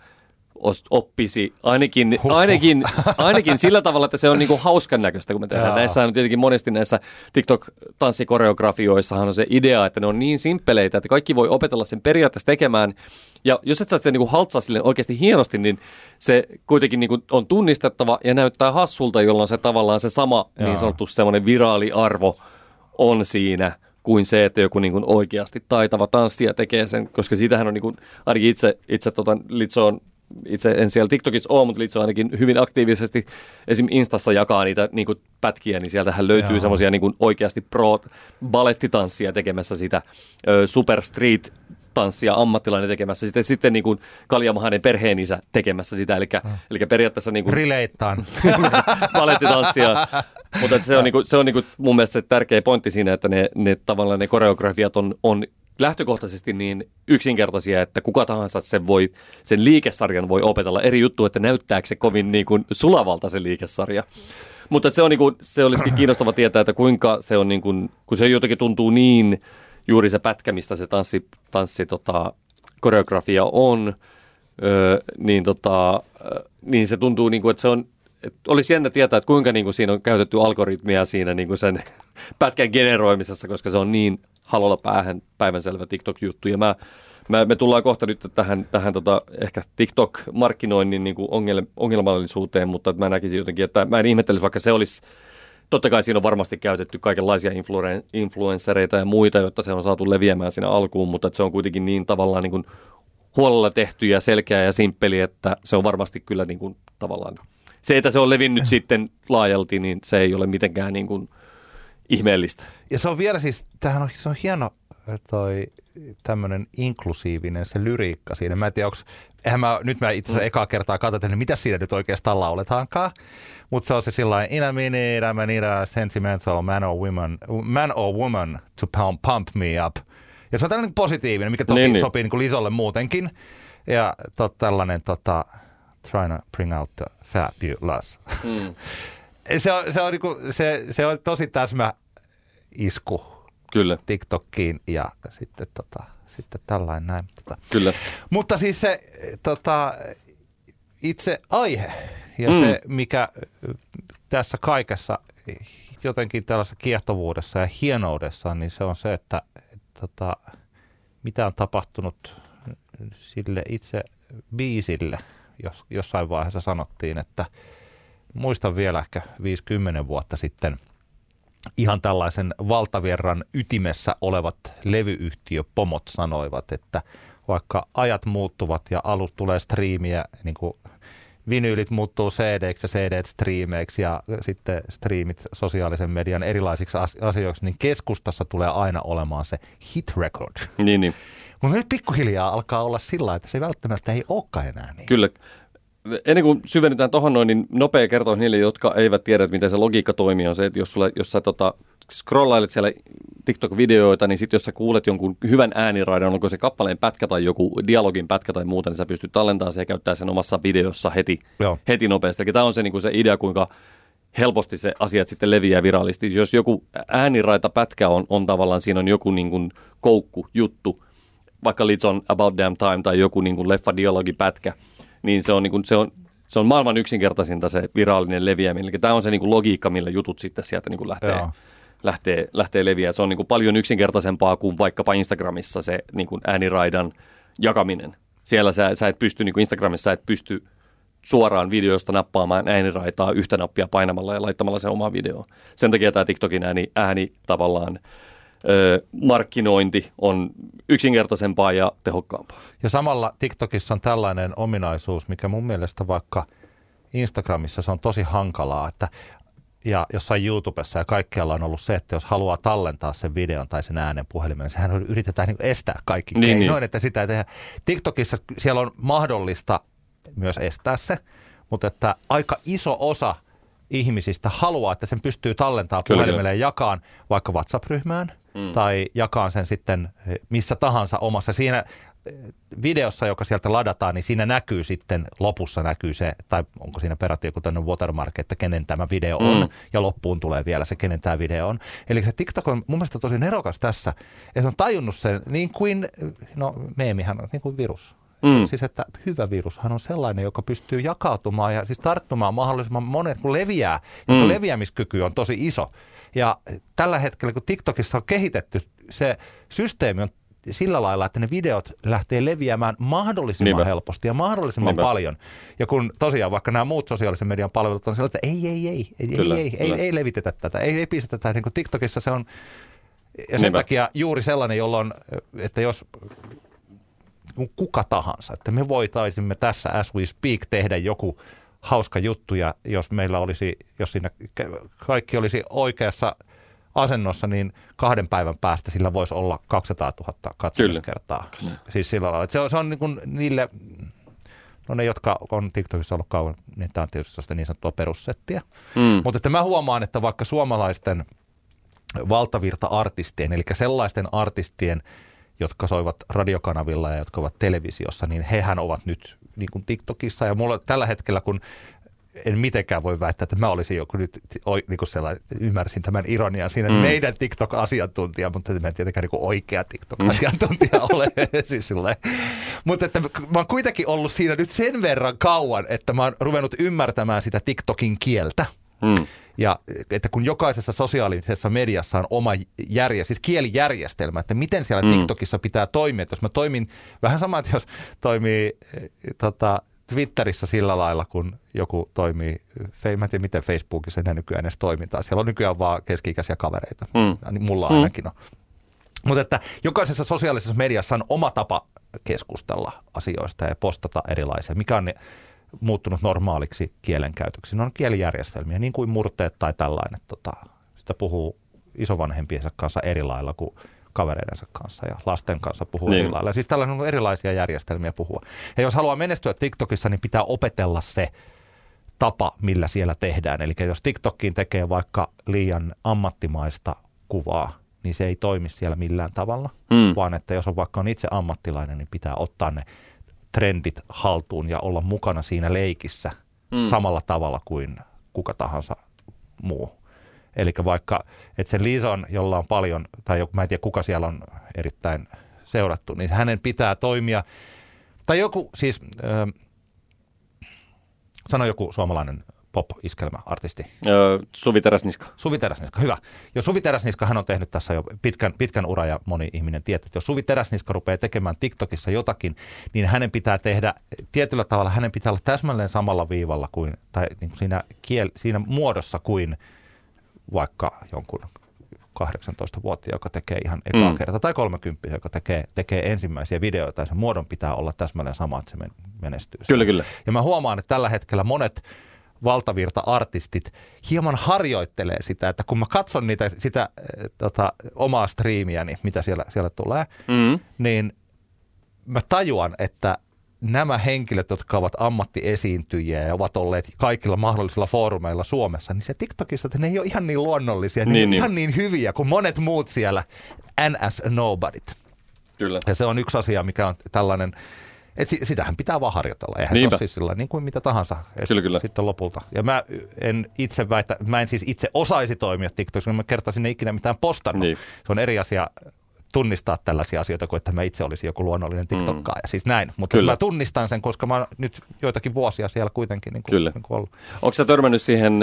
oppisi ainakin, ainakin, ainakin sillä tavalla, että se on niinku hauskan näköistä, kun me tehdään. Näissä on tietenkin monesti näissä TikTok-tanssikoreografioissahan on se idea, että ne on niin simppeleitä, että kaikki voi opetella sen periaatteessa tekemään. Ja jos et saa sitä niinku haltsaa silleen oikeasti hienosti, niin se kuitenkin niinku on tunnistettava ja näyttää hassulta, jolloin se tavallaan se sama Jaa. niin sanottu semmoinen viraaliarvo on siinä kuin se, että joku niin kuin oikeasti taitava tanssija tekee sen, koska siitähän on niin kuin, ainakin itse, itse tota, Lizzo'n, itse en siellä TikTokissa ole, mutta Lizzo ainakin hyvin aktiivisesti esim. Instassa jakaa niitä niin kuin pätkiä, niin sieltähän löytyy semmoisia niin kuin oikeasti pro-balettitanssia tekemässä sitä ö, super street tanssia ammattilainen tekemässä, sitten, sitten niin kuin Kaljamahainen perheenisä tekemässä sitä, eli, mm. eli periaatteessa niin kuin
rileittaan
balettitanssia, mutta se on, niin kuin, se on niin kuin mun mielestä se tärkeä pointti siinä, että ne, ne tavallaan ne koreografiat on, on lähtökohtaisesti niin yksinkertaisia, että kuka tahansa sen, voi, sen liikesarjan voi opetella. Eri juttu, että näyttääkö se kovin niin kuin sulavalta se liikesarja. Mutta se, on niin kuin, se olisikin kiinnostava tietää, että kuinka se on, niin kuin, kun se jotenkin tuntuu niin juuri se pätkä, mistä se tanssi, tanssi tota, koreografia on, öö, niin, tota, niin se tuntuu, niin kuin, että se on, että olisi jännä tietää, että kuinka niin kuin siinä on käytetty algoritmia siinä niin kuin sen pätkän generoimisessa, koska se on niin halolla päähän päivänselvä TikTok-juttu. Ja mä, mä, me tullaan kohta nyt tähän, tähän tota, ehkä TikTok-markkinoinnin niin kuin ongel, ongelmallisuuteen, mutta mä näkisin jotenkin, että mä en ihmettelisi, vaikka se olisi, totta kai siinä on varmasti käytetty kaikenlaisia influen, influenssereita ja muita, jotta se on saatu leviämään siinä alkuun, mutta että se on kuitenkin niin tavallaan niin kuin huolella tehty ja selkeä ja simppeli, että se on varmasti kyllä niin kuin tavallaan, se, että se on levinnyt sitten laajalti, niin se ei ole mitenkään niin kuin ihmeellistä.
Ja se on vielä siis, tämähän on, se on hieno toi tämmöinen inklusiivinen se lyriikka siinä. Mä en tiedä, onko, eihän mä, nyt mä itse asiassa ekaa kertaa katsoin, että mitä siinä nyt oikeastaan lauletaankaan, mutta se on se sillain, in a minute, I'm need a sentimental man or woman, man or woman to pump, pump me up. Ja se on tällainen positiivinen, mikä toki niin, sopii niin kuin Lisolle muutenkin. Ja tot, tällainen tota, trying to bring out the fabulous. Mm. se, on, se, on, niin kuin, se, se on tosi täsmä isku. Kyllä. TikTokiin ja sitten, tota, sitten tällainen näin. Tota.
Kyllä.
Mutta siis se tota, itse aihe ja mm. se, mikä tässä kaikessa jotenkin tällaisessa kiehtovuudessa ja hienoudessa, niin se on se, että tota, mitä on tapahtunut sille itse biisille. Jos, jossain vaiheessa sanottiin, että muistan vielä ehkä viisikymmentä vuotta sitten ihan tällaisen valtavirran ytimessä olevat levyyhtiöpomot sanoivat, että vaikka ajat muuttuvat ja alus tulee striimiä, niin kuin vinyylit muuttuu C D-ksi ja C D-t striimeiksi ja sitten striimit sosiaalisen median erilaisiksi asioiksi, niin keskustassa tulee aina olemaan se hit record.
Niin, niin.
Mutta nyt pikkuhiljaa alkaa olla sillä, että se välttämättä ei olekaan enää niin.
Kyllä. Ennen kuin syvennytään tuohon noin, niin nopea kertoa niille, jotka eivät tiedä, että miten se logiikka toimii, on se, että jos, sulle, jos sä tota, scrollailet siellä TikTok-videoita, niin sitten jos sä kuulet jonkun hyvän ääniraidan, onko se kappaleen pätkä tai joku dialogin pätkä tai muuta, niin sä pystyt tallentamaan sen ja käyttää sen omassa videossa heti, heti nopeasti. Eli tämä on se, niin kuin se idea, kuinka helposti se asiat sitten leviää virallisesti. Jos joku ääniraita pätkä on, on tavallaan, siinä on joku niin kuin koukku, juttu, vaikka It's on About Damn Time tai joku niin kuin leffa-dialogipätkä, niin se on, niin kuin, se, on, se on maailman yksinkertaisinta se virallinen leviäminen. Eli tämä on se niin kuin logiikka, millä jutut sitten sieltä niin kuin lähtee, lähtee, lähtee leviämään. Se on niin kuin paljon yksinkertaisempaa kuin vaikkapa Instagramissa se niin kuin ääniraidan jakaminen. Siellä sä, sä et pysty, niin kuin Instagramissa sä et pysty suoraan videosta nappaamaan ääniraitaa yhtä nappia painamalla ja laittamalla sen omaan videoon. Sen takia tämä TikTokin ääni, ääni tavallaan Ö, markkinointi on yksinkertaisempaa ja tehokkaampaa.
Ja samalla TikTokissa on tällainen ominaisuus, mikä mun mielestä vaikka Instagramissa se on tosi hankalaa, että ja jossain YouTubessa ja kaikkialla on ollut se, että jos haluaa tallentaa sen videon tai sen äänen puhelimeen, niin sehän yritetään niin estää kaikki niin, keinoin, niin. Että sitä ei tehdä. TikTokissa siellä on mahdollista myös estää se, mutta että aika iso osa ihmisistä haluaa, että sen pystyy tallentamaan puhelimelle ja jakaan vaikka WhatsApp-ryhmään mm. tai jakaa sen sitten missä tahansa omassa. Siinä videossa, joka sieltä ladataan, niin siinä näkyy sitten, lopussa näkyy se, tai onko siinä peräti joku tämmöinen watermark, että kenen tämä video on, mm. ja loppuun tulee vielä se, kenen tämä video on. Eli se TikTok on mun mielestä tosi nerokas tässä, että on tajunnut sen niin kuin, no meemihän on niin kuin virus. Mm. Siis, että hyvä virushan on sellainen, joka pystyy jakautumaan ja siis tarttumaan mahdollisimman monen, kun leviää. Mm. Kun leviämiskyky on tosi iso. Ja tällä hetkellä, kun TikTokissa on kehitetty, se systeemi on sillä lailla, että ne videot lähtee leviämään mahdollisimman Niinpä. helposti ja mahdollisimman Niinpä. paljon. Ja kun tosiaan vaikka nämä muut sosiaalisen median palvelut on sellainen, että ei, ei, ei, ei, kyllä, ei, ei, ei, ei levitetä tätä, ei, ei pistetä tätä. Niin kuin TikTokissa se on, ja sen Niinpä. takia juuri sellainen, jolloin, että jos kuka tahansa, että me voitaisimme tässä as we speak tehdä joku hauska juttu ja jos meillä olisi, jos siinä kaikki olisi oikeassa asennossa, niin kahden päivän päästä sillä voisi olla kaksisataatuhatta katsomiskertaa. Kyllä. Siis sillä lailla. Se on, se on niin kuin niille, no ne, jotka on TikTokissa ollut kauan, niin tämä on tietysti sitä niin sanottua perussettiä. Mm. Mutta että mä huomaan, että vaikka suomalaisten valtavirta-artistien, eli sellaisten artistien, jotka soivat radiokanavilla ja jotka ovat televisiossa, niin hehän ovat nyt niin kuin TikTokissa. Ja mulla tällä hetkellä, kun en mitenkään voi väittää, että mä olisin joku nyt, niin kuin sellainen, ymmärsin tämän ironian siinä, että mm. meidän TikTok-asiantuntija, mutta mä en tietenkään niin oikea TikTok-asiantuntija mm. ole. siis mutta että mä oon kuitenkin ollut siinä nyt sen verran kauan, että mä oon ruvennut ymmärtämään sitä TikTokin kieltä. Mm. Ja että kun jokaisessa sosiaalisessa mediassa on oma järje, siis kielijärjestelmä, että miten siellä mm. TikTokissa pitää toimia. Että jos mä toimin, vähän sama, että jos toimii tota, Twitterissä sillä lailla, kun joku toimii, mä en tiedä miten Facebookissa enää nykyään edes toimintaa. Siellä on nykyään vaan keski-ikäisiä kavereita, mm. mulla ainakin on. Mutta että jokaisessa sosiaalisessa mediassa on oma tapa keskustella asioista ja postata erilaisia, mikä on ne muuttunut normaaliksi kielenkäytöksi. Ne on kielijärjestelmiä, niin kuin murteet tai tällainen. Tota, sitä puhuu isovanhempiensa kanssa eri lailla kuin kavereidensa kanssa ja lasten kanssa puhuu niin. eri lailla. Siis tällaisia on erilaisia järjestelmiä puhua. Ja jos haluaa menestyä TikTokissa, niin pitää opetella se tapa, millä siellä tehdään. Eli jos TikTokkiin tekee vaikka liian ammattimaista kuvaa, niin se ei toimi siellä millään tavalla, mm. vaan että jos on vaikka on itse ammattilainen, niin pitää ottaa ne trendit haltuun ja olla mukana siinä leikissä mm. samalla tavalla kuin kuka tahansa muu. Eli vaikka, että sen Liison, jolla on paljon, tai joku, mä en tiedä kuka siellä on erittäin seurattu, niin hänen pitää toimia, tai joku siis, äh, sano joku suomalainen pop-iskelmäartisti.
Öö, Suvi Teräsniska.
Suvi Teräsniska, hyvä. Jo Suvi Teräsniska, hän on tehnyt tässä jo pitkän, pitkän uran ja moni ihminen tietää, että jos Suvi Teräsniska rupeaa tekemään TikTokissa jotakin, niin hänen pitää tehdä, tietyllä tavalla hänen pitää olla täsmälleen samalla viivalla kuin, tai niin kuin siinä, kiel, siinä muodossa kuin vaikka jonkun kahdeksantoistavuotiaan, joka tekee ihan ekaa mm. kertaa, tai kolmekymppinen, joka tekee, tekee ensimmäisiä videoita, ja sen muodon pitää olla täsmälleen sama, että se menestyy.
Kyllä, kyllä.
Ja mä huomaan, että tällä hetkellä monet valtavirta-artistit hieman harjoittelee sitä, että kun mä katson niitä, sitä tota, omaa striimiäni, mitä siellä, siellä tulee, mm. niin mä tajuan, että nämä henkilöt, jotka ovat ammattiesiintyjiä ja ovat olleet kaikilla mahdollisilla foorumeilla Suomessa, niin se TikTokissa, että ne ei ole ihan niin luonnollisia, ne niin, ei niin. ihan niin hyviä kuin monet muut siellä N S Nobodyt.
Kyllä.
Ja se on yksi asia, mikä on tällainen, että sitähän pitää vaan harjoitella. Eihän Niinpä. Se ole siis sillä niin kuin mitä tahansa.
Kyllä, kyllä.
Sitten lopulta. Ja mä en itse väitä, mä en siis itse osaisi toimia TikTokissa, kun mä kertaisin ne ikinä mitään postannut. Niin. Se on eri asia tunnistaa tällaisia asioita kuin että mä itse olisin joku luonnollinen TikTokkaaja. Mm. Siis näin. Mutta mä tunnistan sen, koska mä oon nyt joitakin vuosia siellä kuitenkin niin kuin, Kyllä. Niin kuin ollut.
Onko sä törmännyt siihen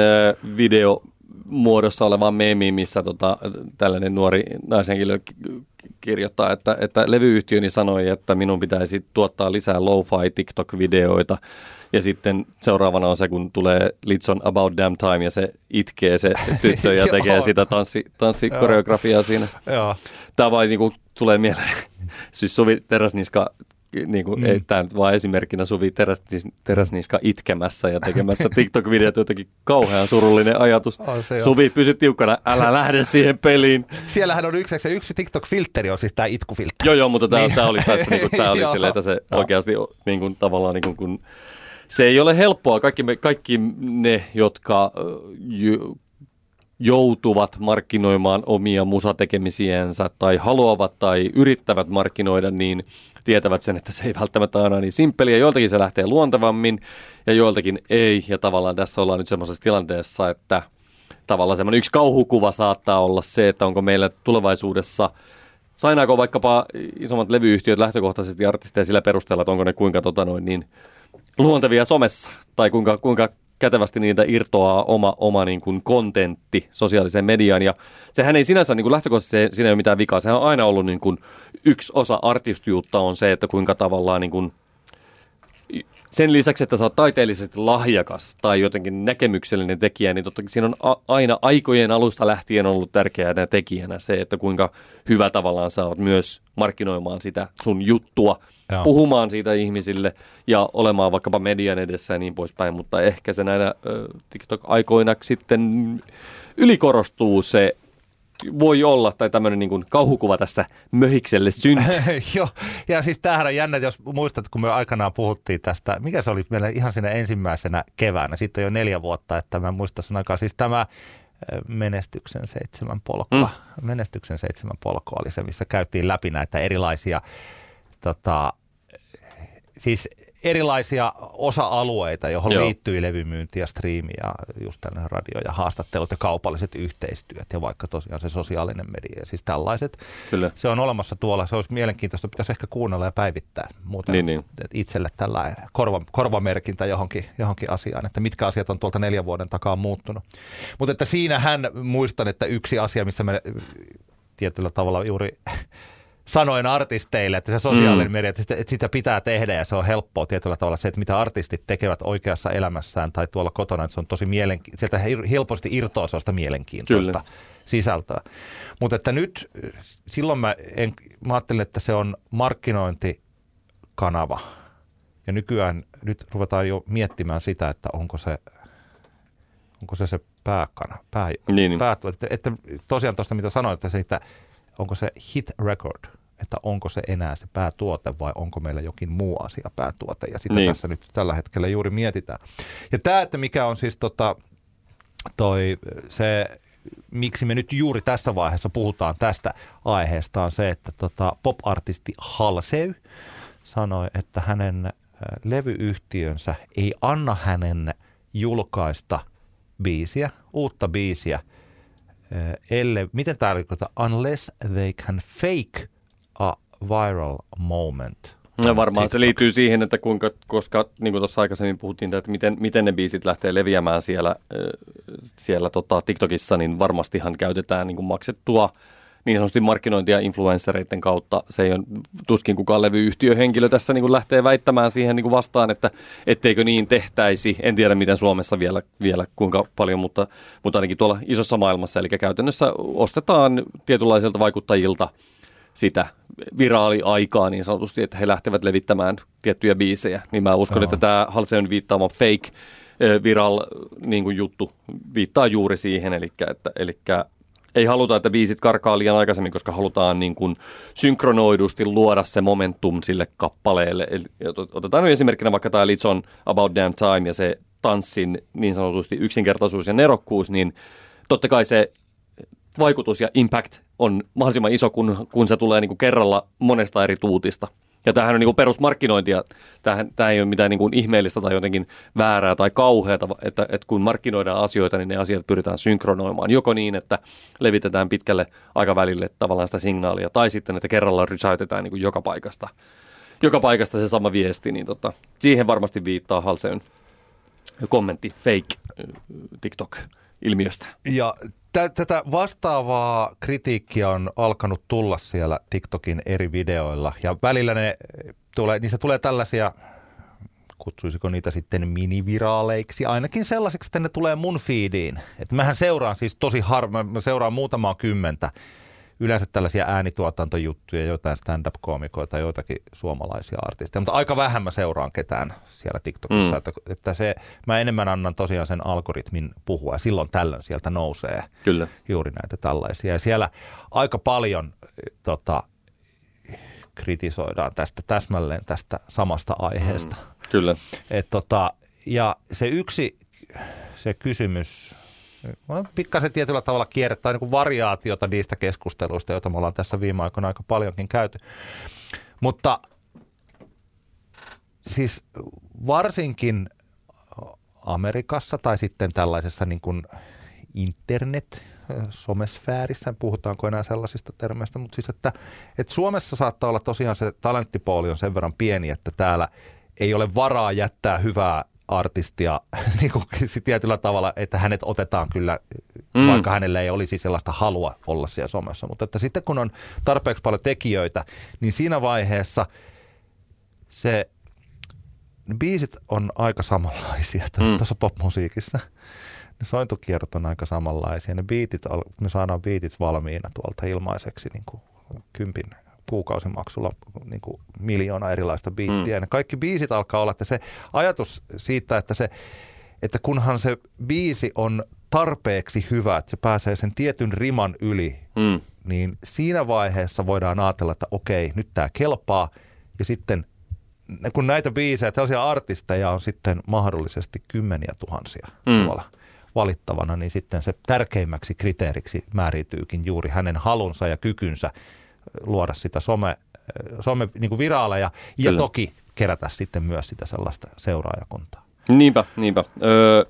videomuodossa olevaan meemiin, missä tota, tällainen nuori naishenkilö kirjoittaa, että, että levyyhtiöni sanoi, että minun pitäisi tuottaa lisää lo-fi TikTok-videoita. Ja sitten seuraavana on se, kun tulee Litson About Damn Time ja se itkee se tyttö ja tekee sitä tanssi, tanssikoreografiaa siinä.
Joo.
Tämä vaan niin kuin tulee mieleen. Siis Suvi Teräsniska, niin kuin, mm. ei tämä nyt vaan esimerkkinä Suvi Teräsnis, Teräsniska itkemässä ja tekemässä TikTok-videot, jotenkin kauhean surullinen ajatus. Oh, Suvi, pysy tiukkana, älä lähde siihen peliin.
Siellähän on yksi, se yksi TikTok-filtteri on siis tämä itkufiltteri.
Joo, joo, mutta tämä, niin. tämä oli tässä, niin kuin, tämä oli silleen, että se oikeasti niin kuin, tavallaan niin kuin, kun se ei ole helppoa. Kaikki, me, kaikki ne, jotka jo, joutuvat markkinoimaan omia musatekemisiänsä tai haluavat tai yrittävät markkinoida, niin tietävät sen, että se ei välttämättä aina niin simppeliä. Joiltakin se lähtee luontevammin ja joiltakin ei. Ja tavallaan tässä ollaan nyt semmoisessa tilanteessa, että tavallaan semmoinen yksi kauhukuva saattaa olla se, että onko meillä tulevaisuudessa, sainaako vaikkapa isommat levyyhtiöt lähtökohtaisesti artisteja sillä perusteella, että onko ne kuinka tota noin niin luontevia somessa, tai kuinka, kuinka kätevästi niitä irtoaa oma, oma niin kuin kontentti sosiaaliseen mediaan. Ja sehän ei sinänsä niin kuin lähtökohtaisesti, siinä ei ole mitään vikaa. Sehän on aina ollut niin kuin yksi osa artistijuutta on se, että kuinka tavallaan niin kuin sen lisäksi, että sä oot taiteellisesti lahjakas tai jotenkin näkemyksellinen tekijä, niin totta siinä on a- aina aikojen alusta lähtien ollut tärkeänä tekijänä se, että kuinka hyvä tavallaan sä oot myös markkinoimaan sitä sun juttua, Joo. puhumaan siitä ihmisille ja olemaan vaikkapa median edessä ja niin poispäin, mutta ehkä se näinä ö, TikTok-aikoina sitten ylikorostuu se, voi olla, tai tämmöinen niin kuin kauhukuva tässä möhikselle syntyy.
Joo, ja siis tämähän on jännä, jos muistat, kun me aikanaan puhuttiin tästä, mikä se oli meillä ihan siinä ensimmäisenä keväänä, sitten jo neljä vuotta, että mä muistan sen aikaa, siis tämä menestyksen seitsemän polkua, mm. menestyksen seitsemän polkua oli se, missä käytiin läpi näitä erilaisia tota, siis erilaisia osa-alueita, johon
Joo.
liittyy levymyynti ja striimi ja just tällainen radio ja haastattelut ja kaupalliset yhteistyöt ja vaikka tosiaan se sosiaalinen media ja siis tällaiset.
Kyllä.
Se on olemassa tuolla, se olisi mielenkiintoista, pitäisi ehkä kuunnella ja päivittää muuten
niin, niin.
itselle tällainen korva, korvamerkintä johonkin, johonkin asiaan, että mitkä asiat on tuolta neljän vuoden takaa muuttunut. Mutta että siinähän muistan, että yksi asia, missä me tietyllä tavalla juuri sanoin artisteille, että se sosiaalinen mm. media, että sitä, että sitä pitää tehdä ja se on helppoa tietyllä tavalla se, että mitä artistit tekevät oikeassa elämässään tai tuolla kotona, että se on tosi mielenkiintoista, sieltä helposti irtoaa sellaista mielenkiintoista Kyllä. sisältöä. Mutta että nyt silloin mä, en, mä ajattelin, että se on markkinointikanava ja nykyään nyt ruvetaan jo miettimään sitä, että onko se onko se se pääkana, pää,
niin.
pää, että, että tosiaan tuosta mitä sanoit, että se, että onko se hit record, että onko se enää se päätuote vai onko meillä jokin muu asia päätuote. Ja sitä niin. tässä nyt tällä hetkellä juuri mietitään. Ja tämä, että mikä on siis tota, toi, se, miksi me nyt juuri tässä vaiheessa puhutaan tästä aiheesta, on se, että tota, pop-artisti Halsey sanoi, että hänen levyyhtiönsä ei anna hänen julkaista biisiä, uutta biisiä, Elle, miten tämä tarkoittaa? Unless they can fake a viral moment.
No varmaan TikTok. Se liittyy siihen, että kuinka, koska niin kuin tuossa aikaisemmin puhuttiin, että miten, miten ne biisit lähtee leviämään siellä, siellä tota TikTokissa, niin varmastihan käytetään niin kuin maksettua niin sanotusti markkinointia influenssereiden kautta. Se ei ole tuskin kukaan levyyhtiöhenkilö tässä niin kuin lähtee väittämään siihen niin kuin vastaan, että etteikö niin tehtäisi. En tiedä, miten Suomessa vielä, vielä kuinka paljon, mutta, mutta ainakin tuolla isossa maailmassa. Eli käytännössä ostetaan tietynlaisilta vaikuttajilta sitä viraaliaikaa niin sanotusti, että he lähtevät levittämään tiettyjä biisejä. Niin mä uskon, Oho. että tämä Halseyn viittaama fake viral niin kuin juttu viittaa juuri siihen, eli että eli ei haluta, että biisit karkaa liian aikaisemmin, koska halutaan niin kuin synkronoidusti luoda se momentum sille kappaleelle. Eli otetaan nyt esimerkkinä vaikka tämä Litson About Damn Time ja se tanssin niin sanotusti yksinkertaisuus ja nerokkuus, niin totta kai se vaikutus ja impact on mahdollisimman iso, kun, kun se tulee niin kuin kerralla monesta eri tuutista. Ja tämähän on niin kuin perusmarkkinointia. Tämähän, tämä ei ole mitään niin kuin ihmeellistä tai jotenkin väärää tai kauheata, että, että kun markkinoidaan asioita, niin ne asiat pyritään synkronoimaan. Joko niin, että levitetään pitkälle aikavälille tavallaan sitä signaalia, tai sitten, että kerralla rysäytetään niin kuin joka paikasta. Joka paikasta se sama viesti, niin tota, siihen varmasti viittaa Halseyn kommentti fake TikTok-ilmiöstä.
Ja tä- tätä vastaavaa kritiikkiä on alkanut tulla siellä TikTokin eri videoilla ja välillä ne tulee, niissä tulee tällaisia, kutsuisiko niitä sitten miniviraaleiksi, ainakin sellaiseksi, että ne tulee mun feediin. Et mähän seuraan siis tosi harva, mä seuraan muutamaa kymmentä, yleensä tällaisia äänituotantojuttuja, jotain stand-up-koomikoita, joitakin suomalaisia artisteja, mutta aika vähän mä seuraan ketään siellä TikTokissa, mm. että, että se, mä enemmän annan tosiaan sen algoritmin puhua ja silloin tällöin sieltä nousee Kyllä. juuri näitä tällaisia. Ja siellä aika paljon tota, kritisoidaan tästä täsmälleen tästä samasta aiheesta. Mm.
Kyllä.
Et, tota, ja se yksi se kysymys, pikkasen tietyllä tavalla kierrettä, niin kuin variaatiota niistä keskusteluista, joita me ollaan tässä viime aikoina aika paljonkin käyty. Mutta siis varsinkin Amerikassa tai sitten tällaisessa niin kuin internet, somesfäärissä, puhutaanko enää sellaisista termeistä, mutta siis, että, että Suomessa saattaa olla tosiaan se talenttipooli on sen verran pieni, että täällä ei ole varaa jättää hyvää artistia niin kuin tietyllä tavalla, että hänet otetaan kyllä, mm. vaikka hänelle ei olisi sellaista halua olla siellä somessa. Mutta että sitten kun on tarpeeksi paljon tekijöitä, niin siinä vaiheessa se, ne biisit on aika samanlaisia mm. tuossa popmusiikissa. Ne sointukierrot on aika samanlaisia. Ne biitit, me saadaan biitit valmiina tuolta ilmaiseksi niin kuin kympin kuukausimaksulla niin kuin miljoona erilaista biittiä. Mm. Ja kaikki biisit alkaa olla, että se ajatus siitä, että, se, että kunhan se biisi on tarpeeksi hyvä, että se pääsee sen tietyn riman yli, mm. niin siinä vaiheessa voidaan ajatella, että okei, nyt tämä kelpaa. Ja sitten kun näitä biisejä, tällaisia artisteja on sitten mahdollisesti kymmeniä tuhansia mm. tuolla valittavana, niin sitten se tärkeimmäksi kriteeriksi määrityykin juuri hänen halunsa ja kykynsä luoda sitä some, some niin kuin viraaleja ja Kyllä. toki kerätä sitten myös sitä sellaista seuraajakuntaa.
Niinpä, niinpä. Öö,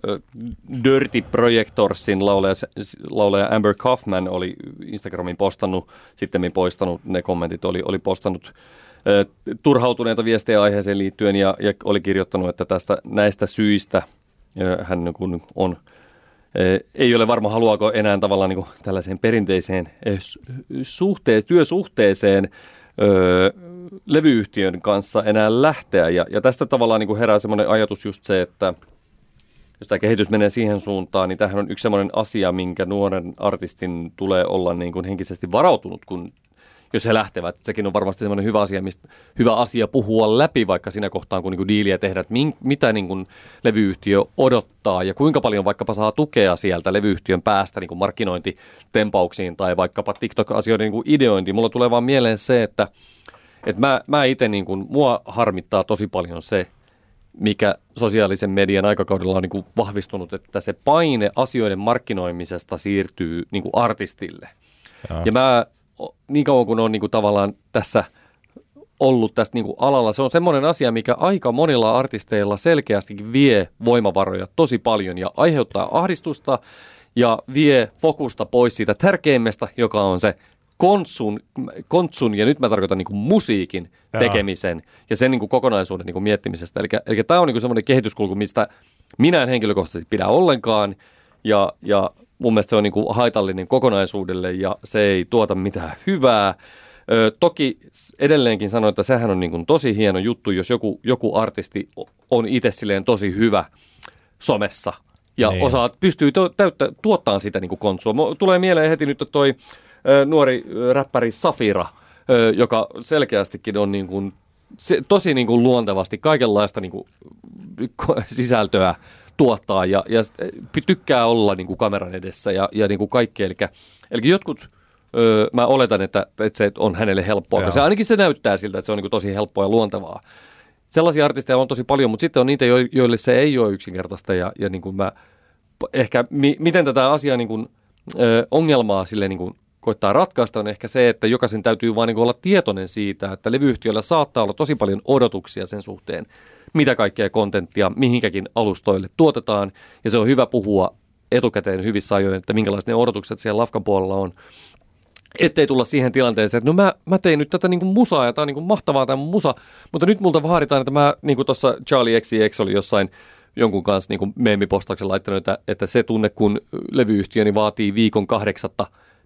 Dirty Projectorsin laulaja, laulaja Amber Kaufman oli Instagramin postannut, sitten poistanut ne kommentit, oli, oli postannut ö, turhautuneita viestejä aiheeseen liittyen ja, ja oli kirjoittanut, että tästä näistä syistä ö, hän kun on, ö, ei ole varma haluaako enää tavallaan niin kuin tällaiseen perinteiseen suhteen, työsuhteeseen Öö, levyyhtiön kanssa enää lähteä. Ja, ja tästä tavallaan niin kuin herää semmoinen ajatus just se, että jos tämä kehitys menee siihen suuntaan, niin tämähän on yksi semmoinen asia, minkä nuoren artistin tulee olla niin kuin henkisesti varautunut, kun jos he lähtevät. Sekin on varmasti semmoinen hyvä asia, mistä, hyvä asia puhua läpi vaikka siinä kohtaan, kun niin kuin diiliä tehdään, että min, mitä niin kuin levyyhtiö odottaa ja kuinka paljon vaikkapa saa tukea sieltä levyyhtiön päästä niin kuin markkinointitempauksiin tai vaikkapa TikTok-asioiden niin kuin ideointiin. Mulla tulee vaan mieleen se, että, että mä, mä itse, niin kuin, mua harmittaa tosi paljon se, mikä sosiaalisen median aikakaudella on niin kuin vahvistunut, että se paine asioiden markkinoimisesta siirtyy niin kuin artistille. Ja, ja mä niin kauan kun on niin kuin tavallaan tässä ollut tästä niin kuin alalla, se on semmoinen asia, mikä aika monilla artisteilla selkeästikin vie voimavaroja tosi paljon ja aiheuttaa ahdistusta ja vie fokusta pois siitä tärkeimmästä, joka on se kontsun, kontsun ja nyt mä tarkoitan niin kuin musiikin tekemisen Jaa. ja sen niin kuin kokonaisuuden niin kuin miettimisestä. Eli, eli tämä on niin kuin semmoinen kehityskulku, mistä minä en henkilökohtaisesti pidä ollenkaan ja, ja mun mielestä se on niin kuin haitallinen kokonaisuudelle ja se ei tuota mitään hyvää. Ö, toki edelleenkin sanon, että sehän on niin kuin tosi hieno juttu, jos joku, joku artisti on itse silleen tosi hyvä somessa ja niin. osaa, pystyy to, täyttä, tuottamaan sitä niin kuin kontsua. Tulee mieleen heti nyt toi ö, nuori räppäri Safira, ö, joka selkeästikin on niin kuin, se, tosi niin kuin luontevasti kaikenlaista niin kuin sisältöä tuottaa ja, ja tykkää olla niin kuin kameran edessä ja, ja niin kuin kaikkea. Eli, eli jotkut, öö, mä oletan, että, että se on hänelle helppoa, koska se, ainakin se näyttää siltä, että se on niin kuin tosi helppoa ja luontevaa. Sellaisia artisteja on tosi paljon, mutta sitten on niitä, joille se ei ole yksinkertaista ja, ja niin kuin mä ehkä, mi, miten tätä asiaa niin kuin, ö, ongelmaa sille niin kuin koittaa ratkaista on ehkä se, että jokaisen täytyy vaan niin kuin olla tietoinen siitä, että levyyhtiöllä saattaa olla tosi paljon odotuksia sen suhteen, mitä kaikkea kontenttia mihinkäkin alustoille tuotetaan, ja se on hyvä puhua etukäteen hyvissä ajoin, että minkälaiset ne odotukset siellä lafkan puolella on, ettei tulla siihen tilanteeseen, että no mä, mä tein nyt tätä niin kuin musaa, ja tää on niin kuin mahtavaa tämä musa, mutta nyt multa vaaditaan, että mä, niin kuin tuossa Charlie X C X oli jossain jonkun kanssa niin kuin meemipostauksen laittanut, että, että se tunne, kun levyyhtiöni vaatii viikon kahdeksatta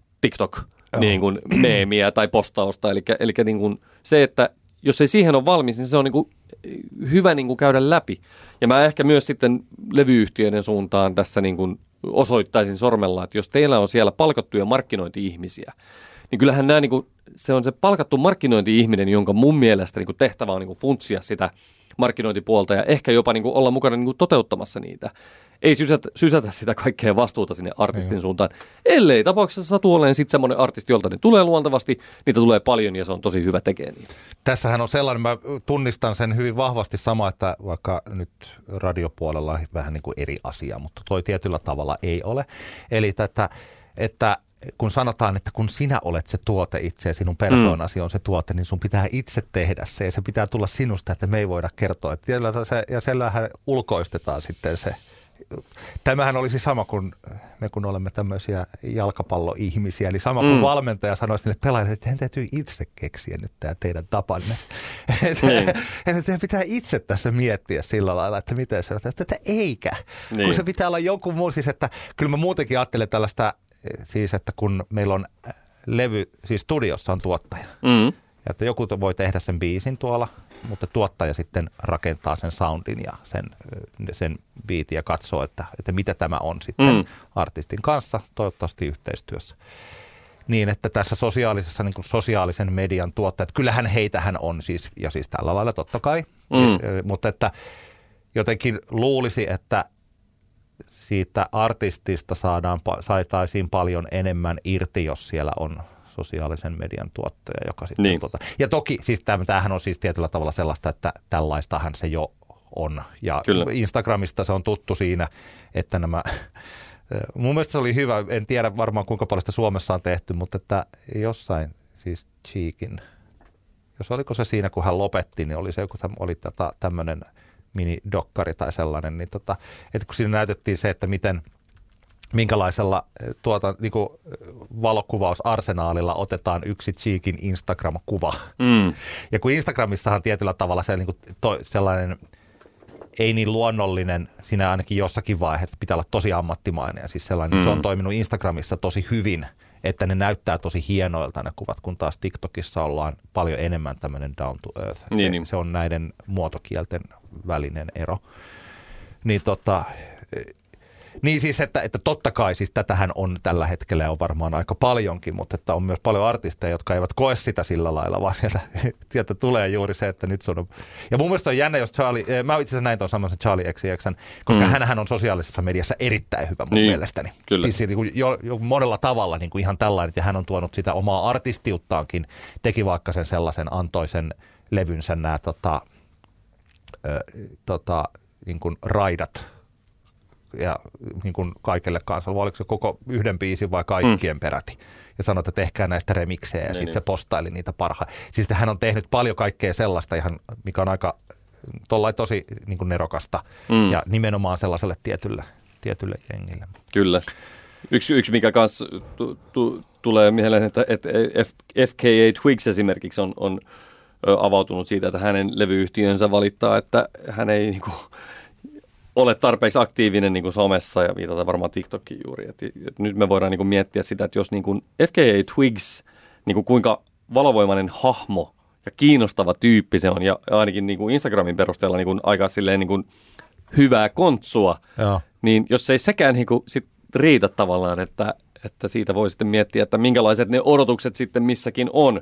TikTok-meemiä tai postausta, eli, eli niin kuin se, että jos ei siihen ole valmis, niin se on niin kuin hyvä niin kuin käydä läpi. Ja mä ehkä myös sitten levyyhtiöiden suuntaan tässä niin kuin osoittaisin sormella, että jos teillä on siellä palkattuja markkinointi-ihmisiä, niin kyllähän nämä, niin kuin, se on se palkattu markkinointi-ihminen, jonka mun mielestä niin kuin tehtävä on niin kuin funtsia sitä markkinointipuolta ja ehkä jopa niin kuin olla mukana niin kuin toteuttamassa niitä. Ei sysätä, sysätä sitä kaikkea vastuuta sinne artistin suuntaan. Ellei tapauksessa satu olemaan sitten semmoinen artisti, jolta ne tulee luontevasti, niitä tulee paljon ja se on tosi hyvä tekemään niitä. Tässähän
on sellainen, mä tunnistan sen hyvin vahvasti sama, että vaikka nyt radiopuolella on vähän niin kuin eri asia, mutta toi tietyllä tavalla ei ole. Eli tätä, että kun sanotaan, että kun sinä olet se tuote itse ja sinun persoonasi on se tuote, niin sun pitää itse tehdä se ja se pitää tulla sinusta, että me ei voida kertoa. Se, ja sellähän ulkoistetaan sitten se. Tämähän olisi sama kuin me, kun olemme tämmöisiä jalkapalloihmisiä, eli sama kuin mm. valmentaja sanoisi niille pelaajille, että hän täytyy itse keksiä nyt tämä teidän tapanne. Niin. Että teidän pitää itse tässä miettiä sillä lailla, että miten se on. Että eikä, niin. Kun se pitää olla joku muu. Siis että kyllä mä muutenkin ajattelen tällaista, siis että kun meillä on levy, siis studiossa on tuottaja. Mm. Ja että joku voi tehdä sen biisin tuolla, mutta tuottaja sitten rakentaa sen soundin ja sen, sen biitin ja katsoo, että, että mitä tämä on sitten mm. artistin kanssa, toivottavasti yhteistyössä. Niin, että tässä sosiaalisessa, niin kuin sosiaalisen median tuottajat, kyllähän heitähän on siis, ja siis tällä lailla totta kai, mm. mutta että jotenkin luulisi, että siitä artistista saadaan, saataisiin paljon enemmän irti, jos siellä on sosiaalisen median tuottaja, joka sitten niin. tuota. Ja toki, siis tämähän on siis tietyllä tavalla sellaista, että tällaistahan se jo on. Ja Kyllä. Instagramista se on tuttu siinä, että nämä, mun mielestä se oli hyvä, en tiedä varmaan kuinka paljon sitä Suomessa on tehty, mutta että jossain, siis Cheekin, se oliko se siinä, kun hän lopetti, niin oli se joku oli tota, tämmöinen mini-dokkari tai sellainen, niin tota, että kun siinä näytettiin se, että miten, minkälaisella tuota, niin kuin valokuvausarsenaalilla otetaan yksi Cheekin Instagram-kuva. Mm. Ja kun Instagramissahan tietyllä tavalla se, niin kuin to, sellainen ei niin luonnollinen, siinä ainakin jossakin vaiheessa pitää olla tosi ammattimainen ja siis sellainen, mm. se on toiminut Instagramissa tosi hyvin, että ne näyttää tosi hienoilta ne kuvat, kun taas TikTokissa ollaan paljon enemmän tämmöinen down to earth.
Niin,
se,
niin.
se on näiden muotokielten välinen ero. Niin tota, niin siis, että, että totta kai siis tätähän on tällä hetkellä on varmaan aika paljonkin, mutta että on myös paljon artisteja, jotka eivät koe sitä sillä lailla, vaan sieltä, sieltä tulee juuri se, että nyt se on. Ja mun mielestä on jännä, jos Charlie, mä itse asiassa näin tuon samansa Charlie X C X:n, koska mm. hänhän on sosiaalisessa mediassa erittäin hyvä mun
niin,
mielestäni.
Kyllä.
Siis jo, jo monella tavalla niin kuin ihan tällainen, ja hän on tuonut sitä omaa artistiuttaankin, teki vaikka sen sellaisen antoisen levynsä nämä tota, ö, tota, niin kuin raidat, ja niin kuin kaikelle kansalle, oliko se koko yhden biisin vai kaikkien mm. peräti. Ja sanoi, että tehkää näistä remiksejä, ja niin, sitten niin. se postaili niitä parhaita. Siis hän on tehnyt paljon kaikkea sellaista, ihan, mikä on aika tollain tosi niin kuin nerokasta, mm. ja nimenomaan sellaiselle tietylle, tietylle jengille.
Kyllä. Yksi, yksi mikä kanssa tu, tu, tulee mieleen, että, että F K A Twigs esimerkiksi on, on avautunut siitä, että hänen levyyhtiönsä valittaa, että hän ei niin kuin ole tarpeeksi aktiivinen niin kuin somessa ja viitataan varmaan TikTokiin juuri. Et, et nyt me voidaan niin kuin miettiä sitä, että jos niin kuin F K A Twigs, niin kuin kuinka valovoimainen hahmo ja kiinnostava tyyppi se on, ja ainakin niin kuin Instagramin perusteella niin kuin aika silleen niin kuin hyvää kontsua, Joo. niin jos ei sekään niin kuin sit riitä tavallaan, että, että siitä voi sitten miettiä, että minkälaiset ne odotukset sitten missäkin on.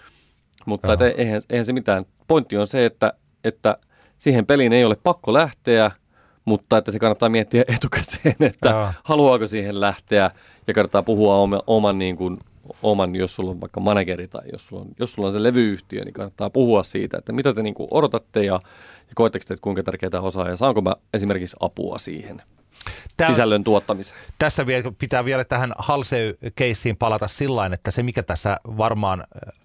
Mutta et eihän, eihän se mitään. Pointti on se, että, että siihen peliin ei ole pakko lähteä, mutta että se kannattaa miettiä etukäteen, että Jaa. haluaako siihen lähteä ja kannattaa puhua oman, oman, niin kuin, oman, jos sulla on vaikka manageri tai jos sulla on, jos sulla on se levyyhtiö, niin kannattaa puhua siitä, että mitä te niin kuin odotatte ja, ja koetteko te, että kuinka tärkeää osaa ja saanko mä esimerkiksi apua siihen Täs, sisällön tuottamiseen.
Tässä vielä, pitää vielä tähän Halsey-keissiin palata sillain, että se mikä tässä varmaan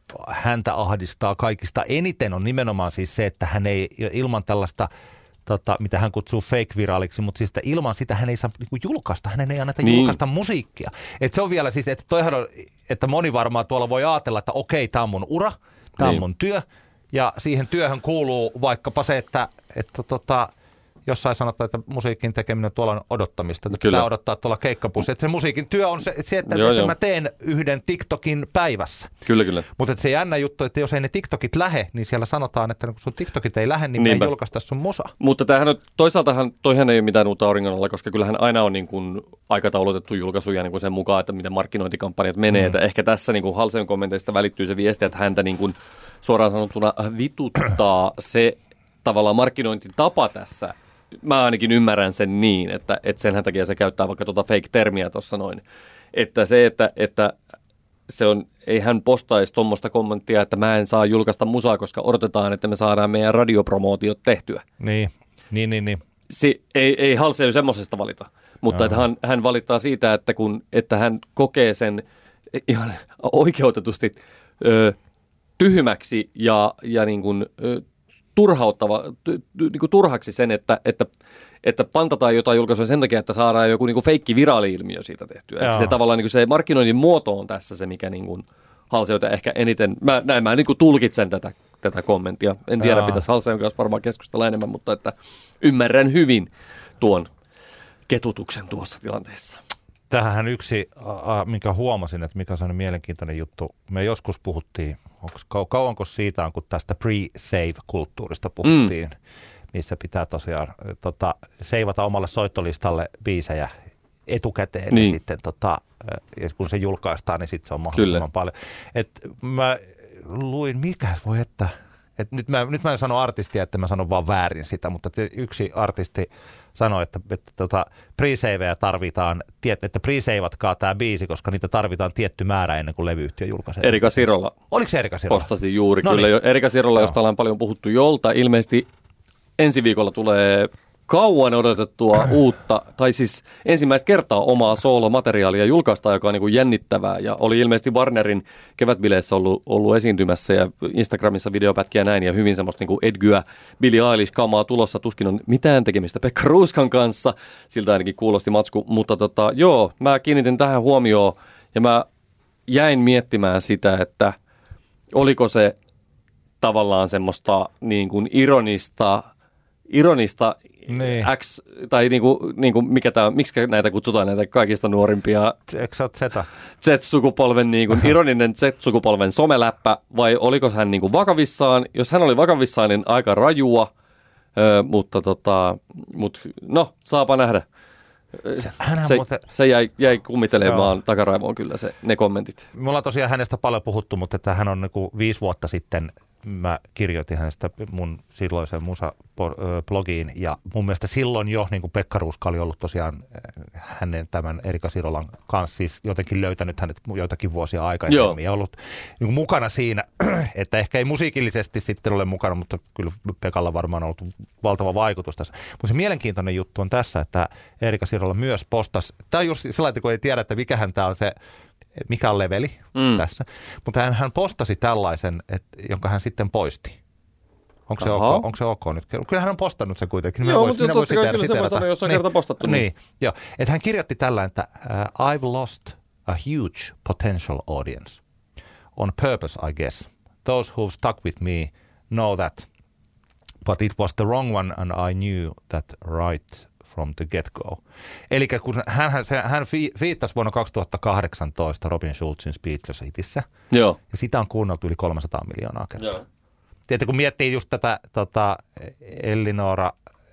häntä ahdistaa kaikista eniten on nimenomaan siis se, että hän ei ilman tällaista Tota, mitä hän kutsuu fake-viraaliksi, mutta siis ilman sitä hän ei saa niin kuin julkaista, hänen ei anneta niin. julkaista musiikkia. Et se on vielä siis, että toihan on, että moni varmaan tuolla voi ajatella, että okei, tämä on mun ura, tämä niin. on mun työ, ja siihen työhön kuuluu vaikkapa se, että, että tota, jossain sanotaan, että musiikin tekeminen tuolla on odottamista, että Kyllä. pitää odottaa tuolla keikkapussissa. Että se musiikin työ on se, se että, joo, että joo. mä teen yhden TikTokin päivässä.
Kyllä, kyllä.
Mutta se jännä juttu, että jos ei ne TikTokit lähe, niin siellä sanotaan, että kun sun TikTokit ei lähe, niin Niinpä. me ei julkaista sun musa.
Mutta tämähän on, toisaaltahan toihan ei ole mitään uutta auringon alla, koska kyllähän aina on niin kuin aikataulutettu julkaisuja niin kuin sen mukaan, että miten markkinointikampanjat menee. Mm. Että ehkä tässä niin kuin Halseyn kommenteista välittyy se viesti, että häntä niin kuin suoraan sanottuna vituttaa se tavallaan markkinointitapa tässä. Mä ainakin ymmärrän sen niin, että, että senhän takia se käyttää vaikka tuota fake-termiä tuossa noin. Että se, että, että se on, ei hän postaisi tuommoista kommenttia, että mä en saa julkaista musaa, koska odotetaan, että me saadaan meidän radiopromootiot tehtyä.
Niin, niin, niin. niin.
Se, ei, ei Halsey semmoisesta valita, mutta että hän, hän valittaa siitä, että, kun, että hän kokee sen ihan oikeutetusti ö, tyhmäksi ja, ja niin kuin, ö, turhauttava, niin kuin turhaksi sen, että, että, että pantataan jotain julkaisua sen takia, että saadaan joku niin kuin feikki viraali-ilmiö siitä tehtyä. Se tavallaan niin kuin se markkinoinnin muoto on tässä se, mikä niin kuin Halseyta ehkä eniten, mä, näin mä niin kuin tulkitsen tätä, tätä kommenttia. En tiedä, Jaa. pitäisi Halseyn kanssa varmaan keskustella enemmän, mutta että ymmärrän hyvin tuon ketutuksen tuossa tilanteessa.
Tähän yksi, minkä huomasin, että mikä on mielenkiintoinen juttu. Me joskus puhuttiin, onko kauanko siitä on, kun tästä pre-save-kulttuurista puhuttiin, mm. missä pitää tosiaan tota, seivata omalle soittolistalle biisejä etukäteen, niin. ja sitten tota, ja kun se julkaistaan, niin sitten se on mahdollisimman Kyllä. paljon. Et mä luin, mikä voi, että et nyt, mä, nyt mä en sano artistia, että mä sanon vaan väärin sitä, mutta yksi artisti sanoi, että, että tota, pre-saveja tarvitaan, että pre-saveatkaa tämä biisi, koska niitä tarvitaan tietty määrä ennen kuin levyyhtiö julkaisee.
Erika Sirola.
Oliko se Erika Sirola?
Postasi juuri,
no
kyllä.
Niin.
Erika Sirola, josta ollaan paljon puhuttu, jolta ilmeisesti ensi viikolla tulee kauan odotettua uutta, tai siis ensimmäistä kertaa omaa soolomateriaalia julkaistaan, joka on niin kuin jännittävää. Ja oli ilmeisesti Warnerin kevätbileissä ollut, ollut esiintymässä ja Instagramissa videopätkiä ja näin. Ja hyvin semmoista niin kuin Edgyä, Billie Eilish-kamaa tulossa. Tuskin on mitään tekemistä Pekka Ruuskan kanssa. Siltä ainakin kuulosti matsku. Mutta tota, joo, mä kiinnitin tähän huomioon ja mä jäin miettimään sitä, että oliko se tavallaan semmoista niin kuin ironista, ironista
niin.
X, tai niinku, niinku mikä tää, miksi näitä kutsutaan näitä kaikista nuorimpia
Eikö sä oot Zeta?
Z-sukupolven, niinku, ironinen Z-sukupolven someläppä, vai oliko hän niinku vakavissaan? Jos hän oli vakavissaan, niin aika rajua, ö, mutta tota, mut, no, saapa nähdä. Se, se, muuten... se jäi, jäi kummitelemaan Joo. takaraivoon kyllä se, ne kommentit.
Me ollaan tosiaan hänestä paljon puhuttu, mutta että hän on niinku viisi vuotta sitten, mä kirjoitin hänestä mun silloiseen musa-blogiin ja mun mielestä silloin jo niin kuin Pekka Ruuska oli ollut tosiaan hänen tämän Erika Sirolan kanssa siis jotenkin löytänyt hänet joitakin vuosia aikaisemmin Joo. ja ollut niin kuin mukana siinä, että ehkä ei musiikillisesti sitten ole mukana, mutta kyllä Pekalla varmaan on ollut valtava vaikutus tässä. Mutta se mielenkiintoinen juttu on tässä, että Erika Sirola myös postasi, tämä on just sellainen, kun ei tiedä, että mikähän tämä on se mikä on leveli mm. tässä. Mutta hän, hän postasi tällaisen, et, jonka hän sitten poisti. Onko se, ok, onko se ok nyt? Kyllä hän on postannut sen kuitenkin.
Joo, mutta totta kai kyllä se mä sanoin, jos on niin, kerta postattu.
Niin, niin. Joo. Että hän kirjoitti tällä, että uh, I've lost a huge potential audience. On purpose, I guess. Those who've stuck with me know that. But it was the wrong one and I knew that right from the get-go. Eli kun hän, hän, hän fiittasi vuonna kaksituhattakahdeksantoista Robin Schulzin Speechless Hitissä,
Joo.
ja sitä on kuunneltu yli kolmesataa miljoonaa kertaa. Tietysti kun miettii just tätä tota, Elinora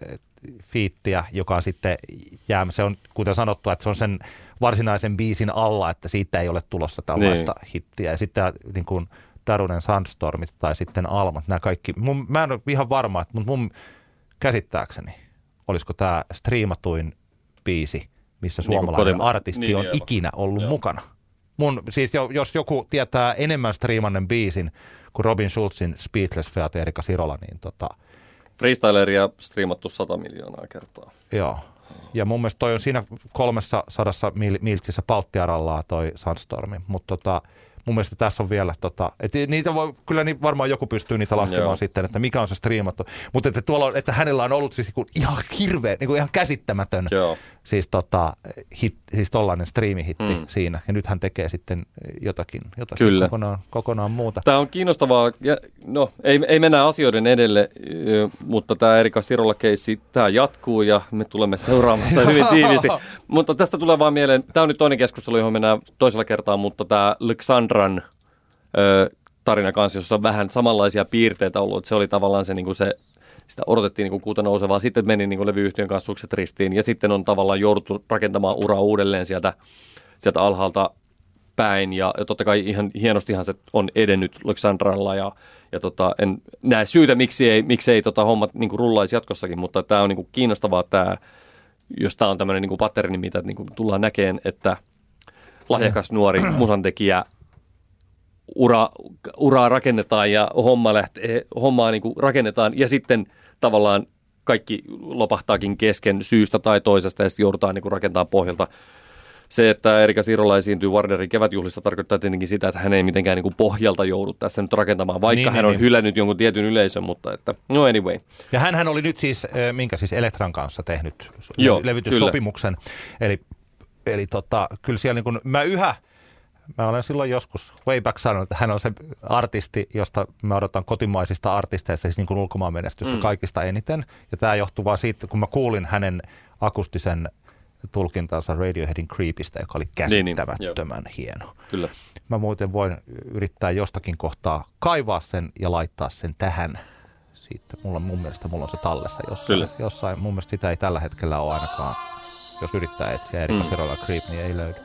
fiittiä, joka on sitten jäämä, se on kuten sanottu, että se on sen varsinaisen biisin alla, että siitä ei ole tulossa tällaista niin. hittiä. Ja sitten niin kuin Darunen Sandstormit tai sitten Almat, nämä kaikki, mun, mä en ole ihan varma, mutta mun käsittääkseni olisiko tämä striimatuin biisi, missä suomalainen niin artisti niin, on niin, ikinä ollut Joo. mukana. Mun, siis jos joku tietää enemmän striimannen biisin kuin Robin Schulzin Speechless Feat Erika Sirola, niin tota...
Freestyleria striimattu sata miljoonaa kertaa.
Joo. Ja mun mielestä toi on siinä kolmessa sadassa mil, miltsissä pauttiarallaa toi Sandstormi, mutta tota... Mun mielestä tässä on vielä, tota, että niitä voi, kyllä niin varmaan joku pystyy niitä laskemaan Joo. sitten, että mikä on se striimattu. Mutta että, tuolla, että hänellä on ollut siis ihan hirveä, niin kuin ihan käsittämätön
Joo.
siis, tota, hit, siis tollainen striimihitti mm. siinä. Ja nyt hän tekee sitten jotakin, jotakin kokonaan, kokonaan muuta.
Tämä on kiinnostavaa. Ja, no, ei, ei mennä asioiden edelle, mutta tämä Erika Sirola-keissi, tämä jatkuu ja me tulemme seuraamaan sitä hyvin tiiviisti. Mutta tästä tulee vaan mieleen, tämä on nyt toinen keskustelu, johon mennään toisella kertaa, mutta tämä Alexandran ö, tarina kanssa, jossa on vähän samanlaisia piirteitä ollut. Että se oli tavallaan se, niin kuin se sitä odotettiin niin kuin kuuta nousevaa. Sitten meni niin kuin levyyhtiön kanssa sukset ristiin ja sitten on tavallaan jouduttu rakentamaan uraa uudelleen sieltä, sieltä alhaalta päin. Ja, ja totta kai ihan hienostihan se on edennyt Alexandralla ja, ja tota, en näe syytä, miksi ei, miksi ei tota hommat niin kuin rullaisi jatkossakin, mutta tämä on niin kuin kiinnostavaa, tämä, jos tämä on tämmöinen niin kuin patterni, mitä niin kuin tullaan näkemään, että lahjakas nuori musantekijä ura, uraa rakennetaan ja homma lähtee, hommaa niin kuin rakennetaan ja sitten tavallaan kaikki lopahtaakin kesken syystä tai toisesta ja sitten joudutaan niin kuin rakentamaan pohjalta. Se, että Erika Sirola esiintyy Warnerin kevätjuhlissa, tarkoittaa tietenkin sitä, että hän ei mitenkään niin kuin pohjalta joudu tässä nyt rakentamaan, vaikka niin, hän niin, on niin. hylännyt jonkun tietyn yleisön, mutta että no anyway.
Ja hänhän oli nyt siis, minkä siis Elektran kanssa tehnyt Joo, levytyssopimuksen, eli, eli tota, kyllä siellä niin kuin, mä yhä, mä olen silloin joskus way back sanonut, että hän on se artisti, josta mä odotan kotimaisista artisteista, siis niin kuin ulkomaan menestystä mm. kaikista eniten, ja tämä johtuu vaan siitä, kun mä kuulin hänen akustisen tulkintaansa Radioheadin Creepistä, joka oli käsittämättömän niin, hieno.
Kyllä.
Mä muuten voin yrittää jostakin kohtaa kaivaa sen ja laittaa sen tähän. Siitä mulla, mun mielestä mulla on se tallessa jossain. jossain. Mun mielestä sitä ei tällä hetkellä ole ainakaan. Jos yrittää etsiä Erika mm. Sirola Creep, niin ei löydy.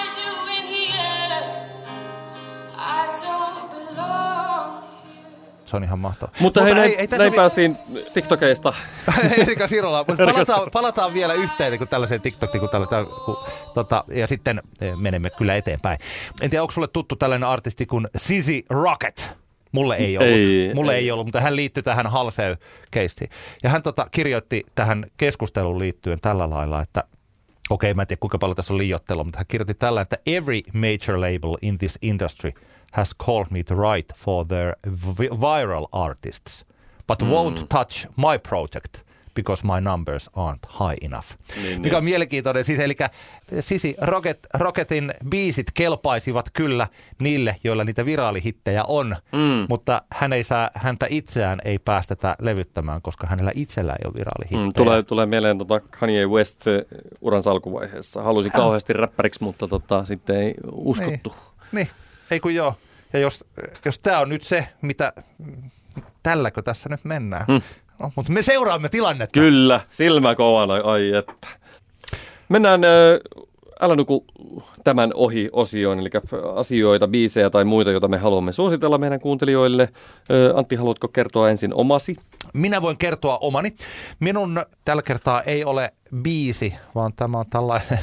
Se se on ihan mahtavaa.
Mutta, Mutta hei, näin, näin oli... päästiin TikTokeista.
Erika Sirola, mutta palataan, palataan vielä yhteen kun tällaiseen TikTokiin, kun tällaiseen, kun, tota, ja sitten menemme kyllä eteenpäin. En tiedä, onko sulle tuttu tällainen artisti kuin Sissy Rocket? Mulle ei ollut, ei, Mulle ei. ei ollut, mutta hän liittyi tähän Halsey-keissiin. Ja hän tota, kirjoitti tähän keskusteluun liittyen tällä lailla, että okei, mä en tiedä kuinka paljon tässä on liioittelua, mutta hän kirjoitti tällä, että every major label in this industry has called me to write for their viral artists, but mm. won't touch my project because my numbers aren't high enough. Niin, Mikä on niin. mielenkiintoinen. Siis, eli Sissy Rocket, Rocketin biisit kelpaisivat kyllä niille, joilla niitä viraalihittejä on, mm. mutta hän ei saa, häntä itseään ei päästetä levyttämään, koska hänellä itsellään ei ole viraalihittejä. Mm, tulee, tulee mieleen tota Kanye West uransa alkuvaiheessa. Halusi kauheasti räppäriksi, mutta tota, sitten ei uskottu. Niin, niin. Ei kun joo. Ja jos, jos tämä on nyt se, mitä tälläkö tässä nyt mennään. Mm. No, mutta me seuraamme tilannetta.
Kyllä, silmä kovana, ai että. Mennään äh, älä nuku tämän ohi osioon, eli asioita, biisejä tai muita, joita me haluamme suositella meidän kuuntelijoille. Äh, Antti, haluatko kertoa ensin omasi?
Minä voin kertoa omani. Minun tällä kertaa ei ole biisi, vaan tämä on tällainen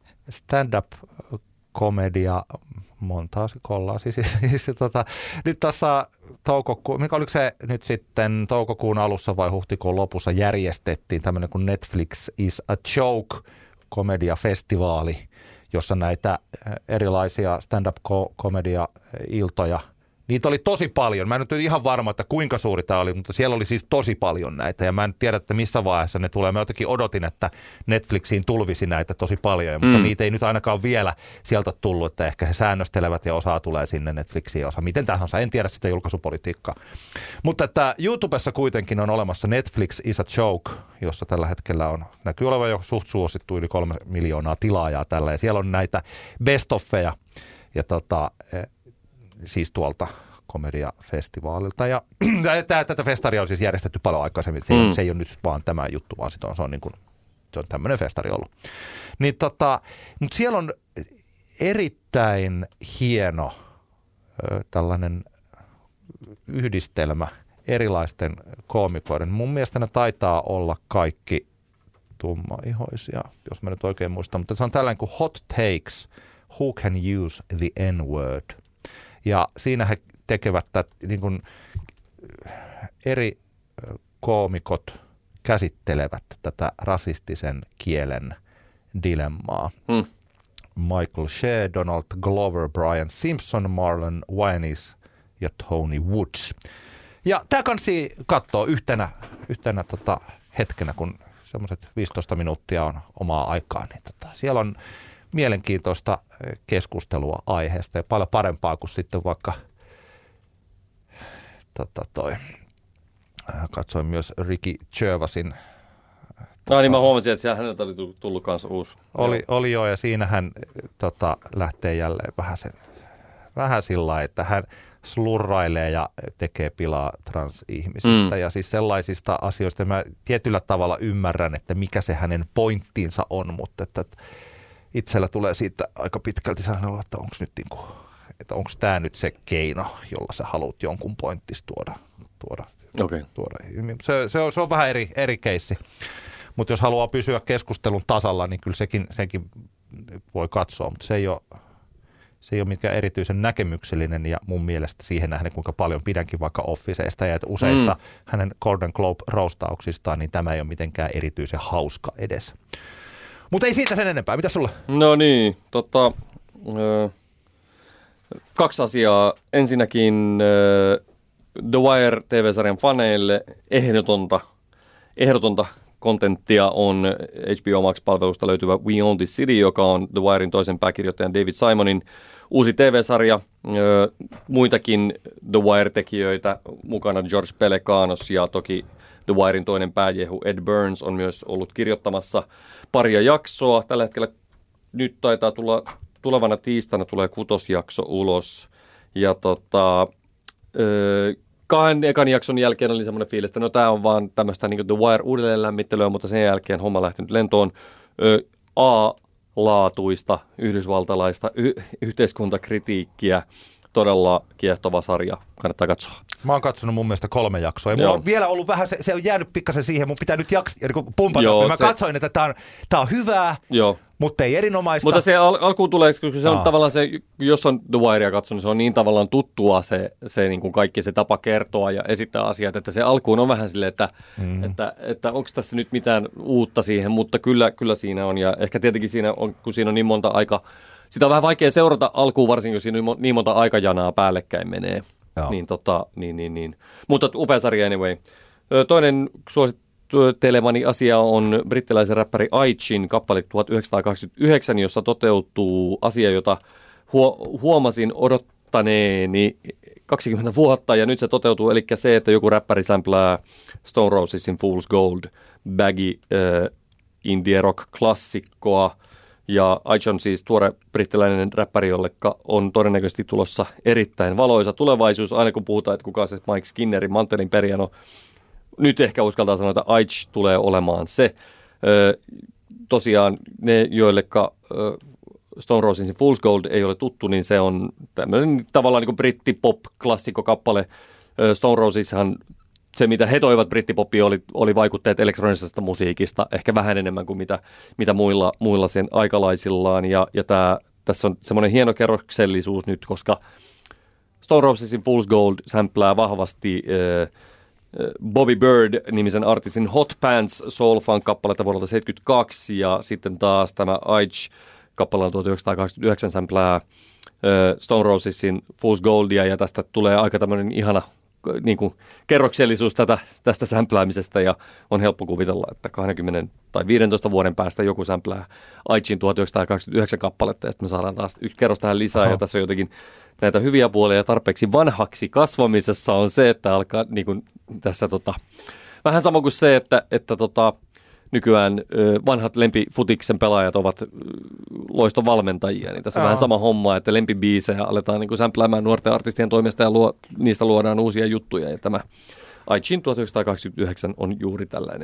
stand-up-komedia. Montaasi, kollaasi. Siis, siis, tota, nyt tässä toukokuun, mikä oliko se nyt sitten toukokuun alussa vai huhtikuun lopussa järjestettiin tämmöinen kuin Netflix is a Joke -komediafestivaali, jossa näitä erilaisia stand-up-komedia-iltoja, niitä oli tosi paljon. Mä en nyt ole ihan varma, että kuinka suuri tämä oli, mutta siellä oli siis tosi paljon näitä. Ja mä en tiedä, että missä vaiheessa ne tulee. Mä jotenkin odotin, että Netflixiin tulvisi näitä tosi paljon, mutta mm. niitä ei nyt ainakaan vielä sieltä tullut, että ehkä he säännöstelevät ja osa tulee sinne Netflixiin osa. Miten tahansa, en tiedä sitä julkaisupolitiikkaa. Mutta että YouTubessa kuitenkin on olemassa Netflix is a Joke, jossa tällä hetkellä on, näkyy olevan jo suht suosittu yli kolme miljoonaa tilaajaa tällä. Ja siellä on näitä best-offeja ja tota... siis tuolta komediafestivaalilta. Ja tätä festaria on siis järjestetty paljon aikaisemmin. Se, mm. se ei ole nyt vaan tämä juttu, vaan sit on, se on, niin kuin, se on tämmöinen festari ollut. Niin tota, mutta siellä on erittäin hieno ö, tällainen yhdistelmä erilaisten koomikoiden. Mun mielestä ne taitaa olla kaikki tummaihoisia, jos mä nyt oikein muistan. Mutta se on tällainen kuin Hot Takes, Who Can Use the N-Word. Ja siinä he tekevät tätä, niin kuin eri koomikot käsittelevät tätä rasistisen kielen dilemmaa. Mm. Michael Shea, Donald Glover, Brian Simpson, Marlon Wayans ja Tony Woods. Ja tämä kansi katsoo yhtenä, yhtenä tota hetkenä, kun semmoiset viisitoista minuuttia on omaa aikaa. Niin tota, siellä on mielenkiintoista keskustelua aiheesta ja paljon parempaa kuin sitten vaikka tota toi, katsoin myös Ricky Gervaisin.
Tota, no niin, mä huomasin, että siellä häneltä oli tullut kanssa uusi.
Oli, oli joo, ja siinä hän tota, lähtee jälleen vähän, sen, vähän sillä lailla, että hän slurrailee ja tekee pilaa transihmisistä. Mm. Ja siis sellaisista asioista mä tietyllä tavalla ymmärrän, että mikä se hänen pointtinsa on, mutta että itsellä tulee siitä aika pitkälti sanoa, että onko nyt niinku, että onko tämä nyt se keino, jolla sä haluat jonkun pointtis tuoda. tuoda,
okay.
tuoda. Se, se, on, se on vähän eri, eri keissi. Mutta jos haluaa pysyä keskustelun tasalla, niin kyllä sekin, senkin voi katsoa, mutta se ei ole, se ei ole mikään erityisen näkemyksellinen ja mun mielestä siihen nähden, kuinka paljon pidänkin vaikka Officeista ja useista mm. hänen Golden Globe-roustauksistaan, niin tämä ei ole mitenkään erityisen hauska edes. Mutta ei siitä sen enempää. Mitä sulla?
No niin, tota, ö, kaksi asiaa. Ensinnäkin ö, The Wire T V-sarjan faneille ehdotonta, ehdotonta kontenttia on H B O Max-palvelusta löytyvä We Own This City, joka on The Wiren toisen pääkirjoittajan David Simonin uusi T V-sarja. Ö, muitakin The Wire-tekijöitä mukana George Pelecanos ja toki The Wiren toinen pääjehu Ed Burns on myös ollut kirjoittamassa paria jaksoa. Tällä hetkellä nyt taitaa tulla, tulevana tiistaina tulee kutosjakso ulos. Ja tota, ö, kahden ekan jakson jälkeen oli semmoinen fiilis, että no tää on vaan tämmöistä niin kuin The Wire uudelleen lämmittelyä, mutta sen jälkeen homma lähtenyt lentoon. Ö, A-laatuista yhdysvaltalaista y- yhteiskuntakritiikkiä todella kiehtova sarja. Kannattaa katsoa.
Mä oon katsonut mun mielestä kolme jaksoa. Ja mulla on vielä ollut vähän, se, se on jäänyt pikkasen siihen, mun pitää nyt jaks, pumpata. Joo, mä se... katsoin, että tää on, tää on hyvää, Joo. mutta ei erinomaista.
Mutta se al- alkuun tulee, kun se on Aa. tavallaan se, jos on The Wirea katsonut, se on niin tavallaan tuttua se, se niin kuin kaikki se tapa kertoa ja esittää asiat, että se alkuun on vähän silleen, että, mm. että, että onko tässä nyt mitään uutta siihen, mutta kyllä, kyllä siinä on. Ja ehkä tietenkin siinä on, kun siinä on niin monta aika, sitä on vähän vaikea seurata alkuun, varsinkin jos siinä on niin monta aikajanaa päällekkäin menee. Niin, tota, niin, niin, niin. Mutta upea sarja anyway. Toinen suosittelemani asia on brittiläisen räppäri Aichin kappale tuhatyhdeksänsataakaksikymmentäyhdeksän, jossa toteutuu asia, jota huo- huomasin odottaneeni kaksikymmentä vuotta, ja nyt se toteutuu, eli se, että joku räppäri samplää Stone Rosesin Fool's Gold, baggy äh, indie rock klassikkoa. Ja Aich on siis tuore brittiläinen räppäri, jolle on todennäköisesti tulossa erittäin valoisa tulevaisuus. Aina kun puhutaan, että kuka se Mike Skinnerin mantelin perijä, no nyt ehkä uskaltaa sanoa, että Aich tulee olemaan se. Ö, tosiaan ne, joilleka ö, Stone Rosesin Fool's Gold ei ole tuttu, niin se on tämmöinen tavallaan niin kuin brittipop-klassikkokappale. Ö, Stone Roseshan se, mitä he toivat brittipoppiin, oli, oli vaikutteet elektronisesta musiikista, ehkä vähän enemmän kuin mitä, mitä muilla, muilla sen aikalaisillaan. Ja, ja tää, tässä on semmoinen hieno kerroksellisuus nyt, koska Stone Rosesin Fool's Gold samplää vahvasti äh, Bobby Bird-nimisen artistin Hot Pants Soul Funk-kappaletta vuodelta seitsemänkymmentäkaksi, ja sitten taas tämä Aich kappaleella tuhatyhdeksänsataakaksikymmentäyhdeksän samplää äh, Stone Rosesin Fool's Goldia, ja tästä tulee aika tämmöinen ihana niin kuin kerroksellisuus tätä, tästä sämpläämisestä, ja on helppo kuvitella, että kaksikymmentä tai viisitoista vuoden päästä joku sämplää Aichin tuhatyhdeksänsataakaksikymmentäyhdeksän kappaletta, ja sitten me saadaan taas yksi kerros tähän lisää, Aha. ja tässä on jotenkin näitä hyviä puolia, ja tarpeeksi vanhaksi kasvamisessa on se, että alkaa niin kuin tässä tota, vähän sama kuin se, että, että tota, nykyään ö, vanhat lempifutiksen pelaajat ovat loistovalmentajia, niin tässä on Aa. vähän sama homma, että lempibiisejä aletaan niin kuin sämpläämään nuorten artistien toimesta, ja luo, niistä luodaan uusia juttuja, ja tämä Aichin tuhatyhdeksänsataakaksikymmentäyhdeksän on juuri tällainen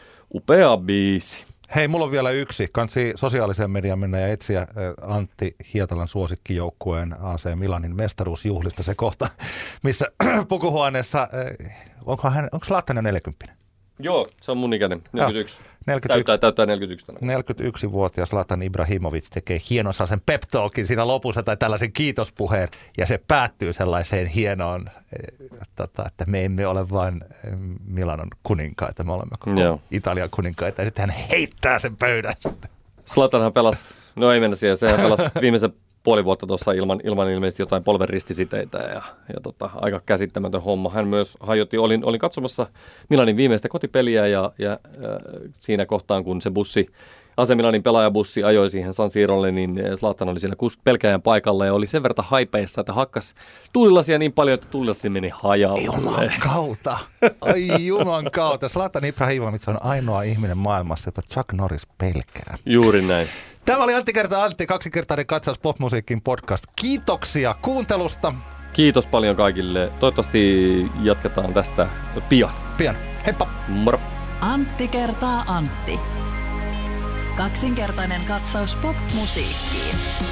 upea biisi.
Hei, mulla on vielä yksi. Kansi sosiaaliseen mediaan mennä ja etsiä Antti Hietalan suosikkijoukkueen A C Milanin mestaruusjuhlista se kohta, missä pukuhuoneessa, onko hän, onko Zlatan neljäkymmentä?
Joo, se on mun ikäinen, neljäkymmentäyksi. neljäkymmentäyksi. Täyttää, täyttää neljäkymmentäyksi tänään.
neljäkymmentäyksivuotias Zlatan Ibrahimovic tekee hienon sen pep talkin siinä lopussa tai tällaisen kiitospuheen, ja se päättyy sellaiseen hienoon, tota, että me emme ole vain Milanon kuninkaita, me olemme koko Joo. Italian kuninkaita, ja sitten hän heittää sen pöydän.
Zlatanhan pelasi, no ei mennä siihen, sehän pelasi viimeisen puoli vuotta tuossa ilman, ilman ilmeisesti jotain polven ristisiteitä, ja, ja tota, aika käsittämätön homma. Hän myös hajotti, olin, olin katsomassa Milanin viimeistä kotipeliä, ja, ja äh, siinä kohtaan, kun se bussi, A C Milanin pelaajabussi ajoi siihen San Sirolle, niin Zlatan oli siinä pelkäjän paikalla, ja oli sen verran haipeissa, että hakkas tuulilasia niin paljon, että tuulilasi meni hajalle.
Juman kautta, ai juman kautta. Zlatan Ibrahimovic on ainoa ihminen maailmassa, jota Chuck Norris pelkää.
Juuri näin.
Tämä oli Antti kertaa Antti, kaksikertainen katsaus popmusiikin podcast. Kiitoksia kuuntelusta.
Kiitos paljon kaikille. Toivottavasti jatketaan tästä pian.
Pian. Heippa.
Moro.
Antti kertaa Antti. Kaksinkertainen katsaus popmusiikkiin.